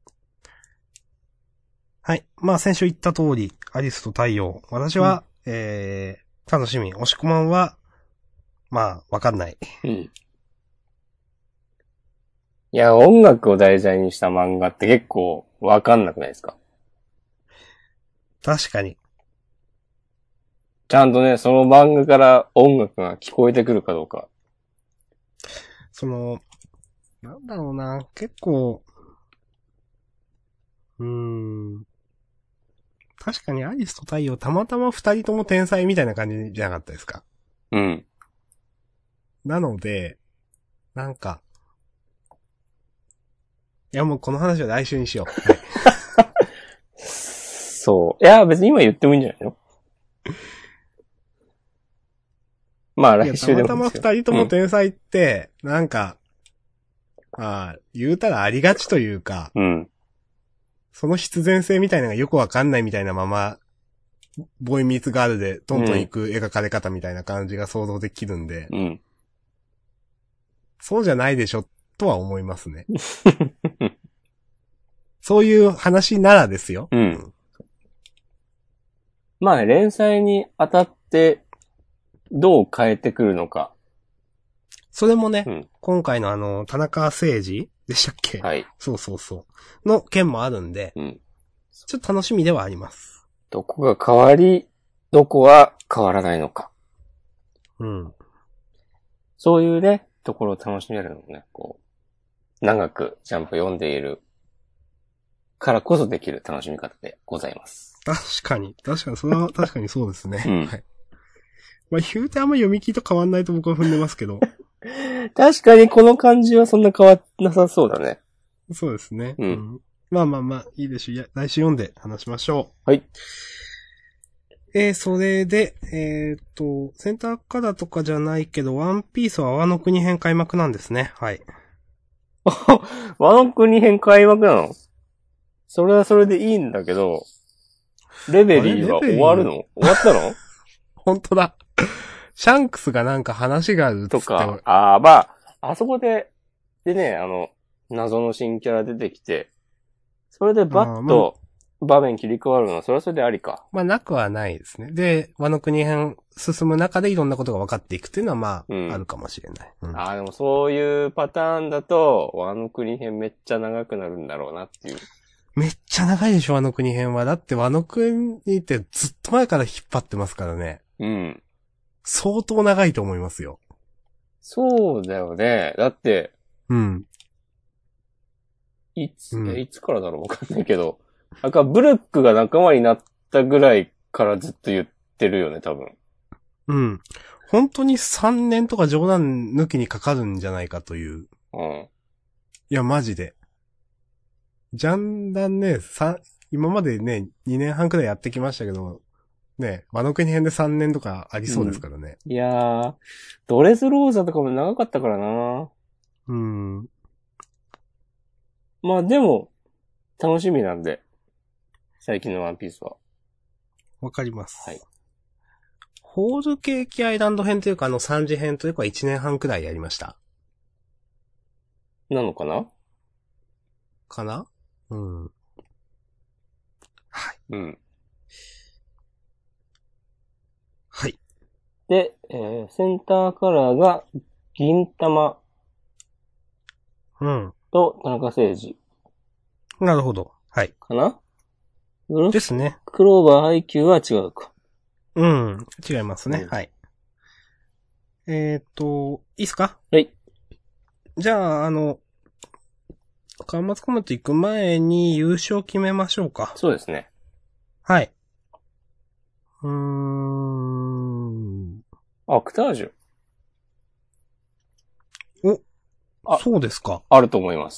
はい。まあ先週言った通り、アリスと太陽。私は、楽しみ。押し込まんは、まあ、わかんない。 うん。いや、音楽を題材にした漫画って結構わかんなくないですか？ 確かに。 ちゃんとね、その漫画から音楽が聞こえてくるかどうか。 なんだろうな、結構、確かにアリスと太陽たまたま二人とも天才みたいな感じじゃなかったですか。 うん。 なので、なんか、いやもうこの話は来週にしよう。はい。 そう。いや、別に今言ってもいいんじゃないの？まあいや、 来たまたま週でもいいですよ。 二人とも天才って、なんか、言うたらありがちというか、 うん。 その必然性みたいなのがよくわかんないみたいなまま、ボーイミーツガールでトントン行く描かれ方みたいな感じが想像できるんで、 うん。 そうじゃないでしょ、とは思いますね。そういう話ならですよ。 うん。まあね、連載にあたってどう変えてくるのか。 それもね、 うん。 今回の田中誠二でしたっけ？ はい。 そうそうそう。の件もあるんで、 うん。 ちょっと楽しみではあります。 どこが変わり、どこは変わらないのか。 うん。 そういうね、ところを楽しめるのもね、長くジャンプ読んでいるからこそできる楽しみ方でございます。 確かに、それは確かにそうですね。 うんはい。まあ、言うてあんま読み切りと変わんないと僕は踏んでますけど。 確かにこの感じはそんな変わんなさそうだね。 そうですね。 うんまあ、いいでしょう。いや、来週読んで話しましょはい。 う。それで、センターカラーとかじゃないけど、ワンピースはワノ国編開幕なんですね。はい。 ワノ国編開幕なの？それはそれでいいんだけど、レベリーは終わるの？終わったの？ 本当だ。シャンクスがなんか話があるっつって。 とか、まあ、あそこでね、謎の新キャラ出てきて、それでバッと場面切り替わるのは、それはそれでありか。 まあ、なくはないですね。で、ワノ国編進む中でいろんなことが分かっていくっていうのは、まあ、あるかもしれない。 でもそういうパターンだと、ワノ国編めっちゃ長くなるんだろうなっていう。 めっちゃ長いでしょ、ワノ国編は。だってワノ国ってずっと前から引っ張ってますからね。 うん。 相当長いと思いますよ。 そうだよね。だって、 うん。 いつからだろうわかんないけど、ブルックが仲間になったぐらいからずっと言ってるよね、多分。 うん。本当に3年とか冗談抜きにかかるんじゃないかという。 うん。 いや、マジで。ジャンダンね、今までね、2年半くらいやってきましたけど、ね、ワノ国編で3年とかありそうですからね。 いやー、ドレスローザとかも長かったからな。まあでも、楽しみなんで、最近のワンピースは。 わかります。 はい。 ホールケーキアイランド編というか3次編というか1年半くらいやりました。 なのかな？ かな？はい。はい。 で、センターカラーが、銀玉。と、田中誠二。 なるほど。はい。 かな？ ですね。 クローバー配給は違うか。 違いますね。はい。いいっすか？ はい。 じゃあ、端末コメント行く前に優勝決めましょうか。 そうですね。 はい。 アクタージュ。そうですか。 あると思います。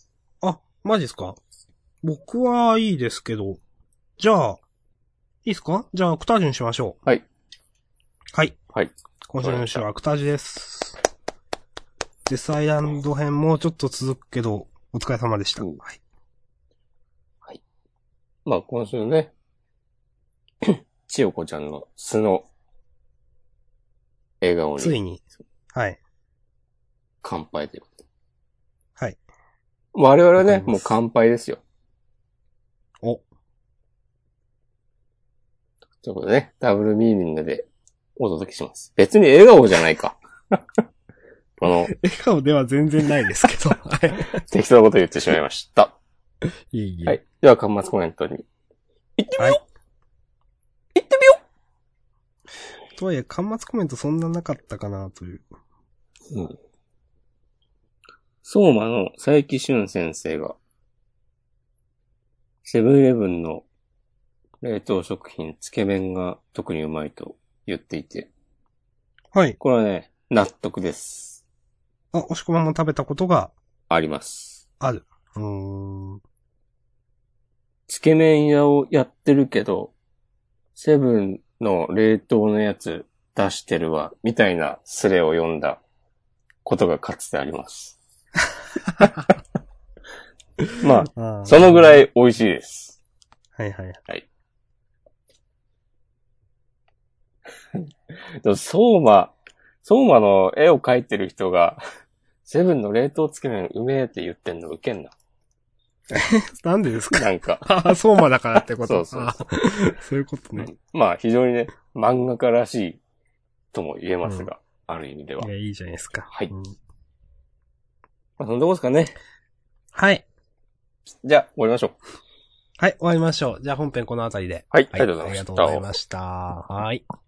マジっすか？僕はいいですけど。じゃあ、いいっすか？じゃあ、アクタージュにしましょう。はい。 はい。 はい。 今週の優勝はアクタージュです。デスアイランド編もうちょっと続くけど、お疲れ様でした。はい。 はい。まあ、今週ね、千代子ちゃんの素の笑顔に。 ついに。はい。 乾杯ということで。 はい。 我々はね、もう乾杯ですよ。ということでね、ダブルミーニングでお届けします。別に笑顔じゃないか。 笑顔では全然ないですけど。 適当なこと言ってしまいました。 いい。 はい。では、端末コメントに。行ってみよう、行ってみようとはいえ、端末コメントそんななかったかなという。 相馬の佐伯俊先生が、セブンイレブンの冷凍食品、つけ麺が特にうまいと言っていて。 はい。 これはね、納得です。 押し込まんも食べたことがあります。 ある。 つけ麺屋をやってるけど、セブンの冷凍のやつ出してるわ、みたいなスレを読んだことがかつてあります。まあ、そのぐらい美味しいです。 はい。 相馬の絵を描いてる人が、セブンの冷凍つけ麺うめえって言ってんのウケんな。 なんでですか？ なんか。 相馬だからってこと。 そう。 そういうことね。 まあ、非常にね、漫画家らしいとも言えますが、ある意味では。 いや、いいじゃないですか。 はい。まあ、そのとこですかね。 はい。 じゃあ、終わりましょう。 はい、終わりましょう。じゃあ本編このあたりで。 はい、ありがとうございました。 ありがとうございました。はい。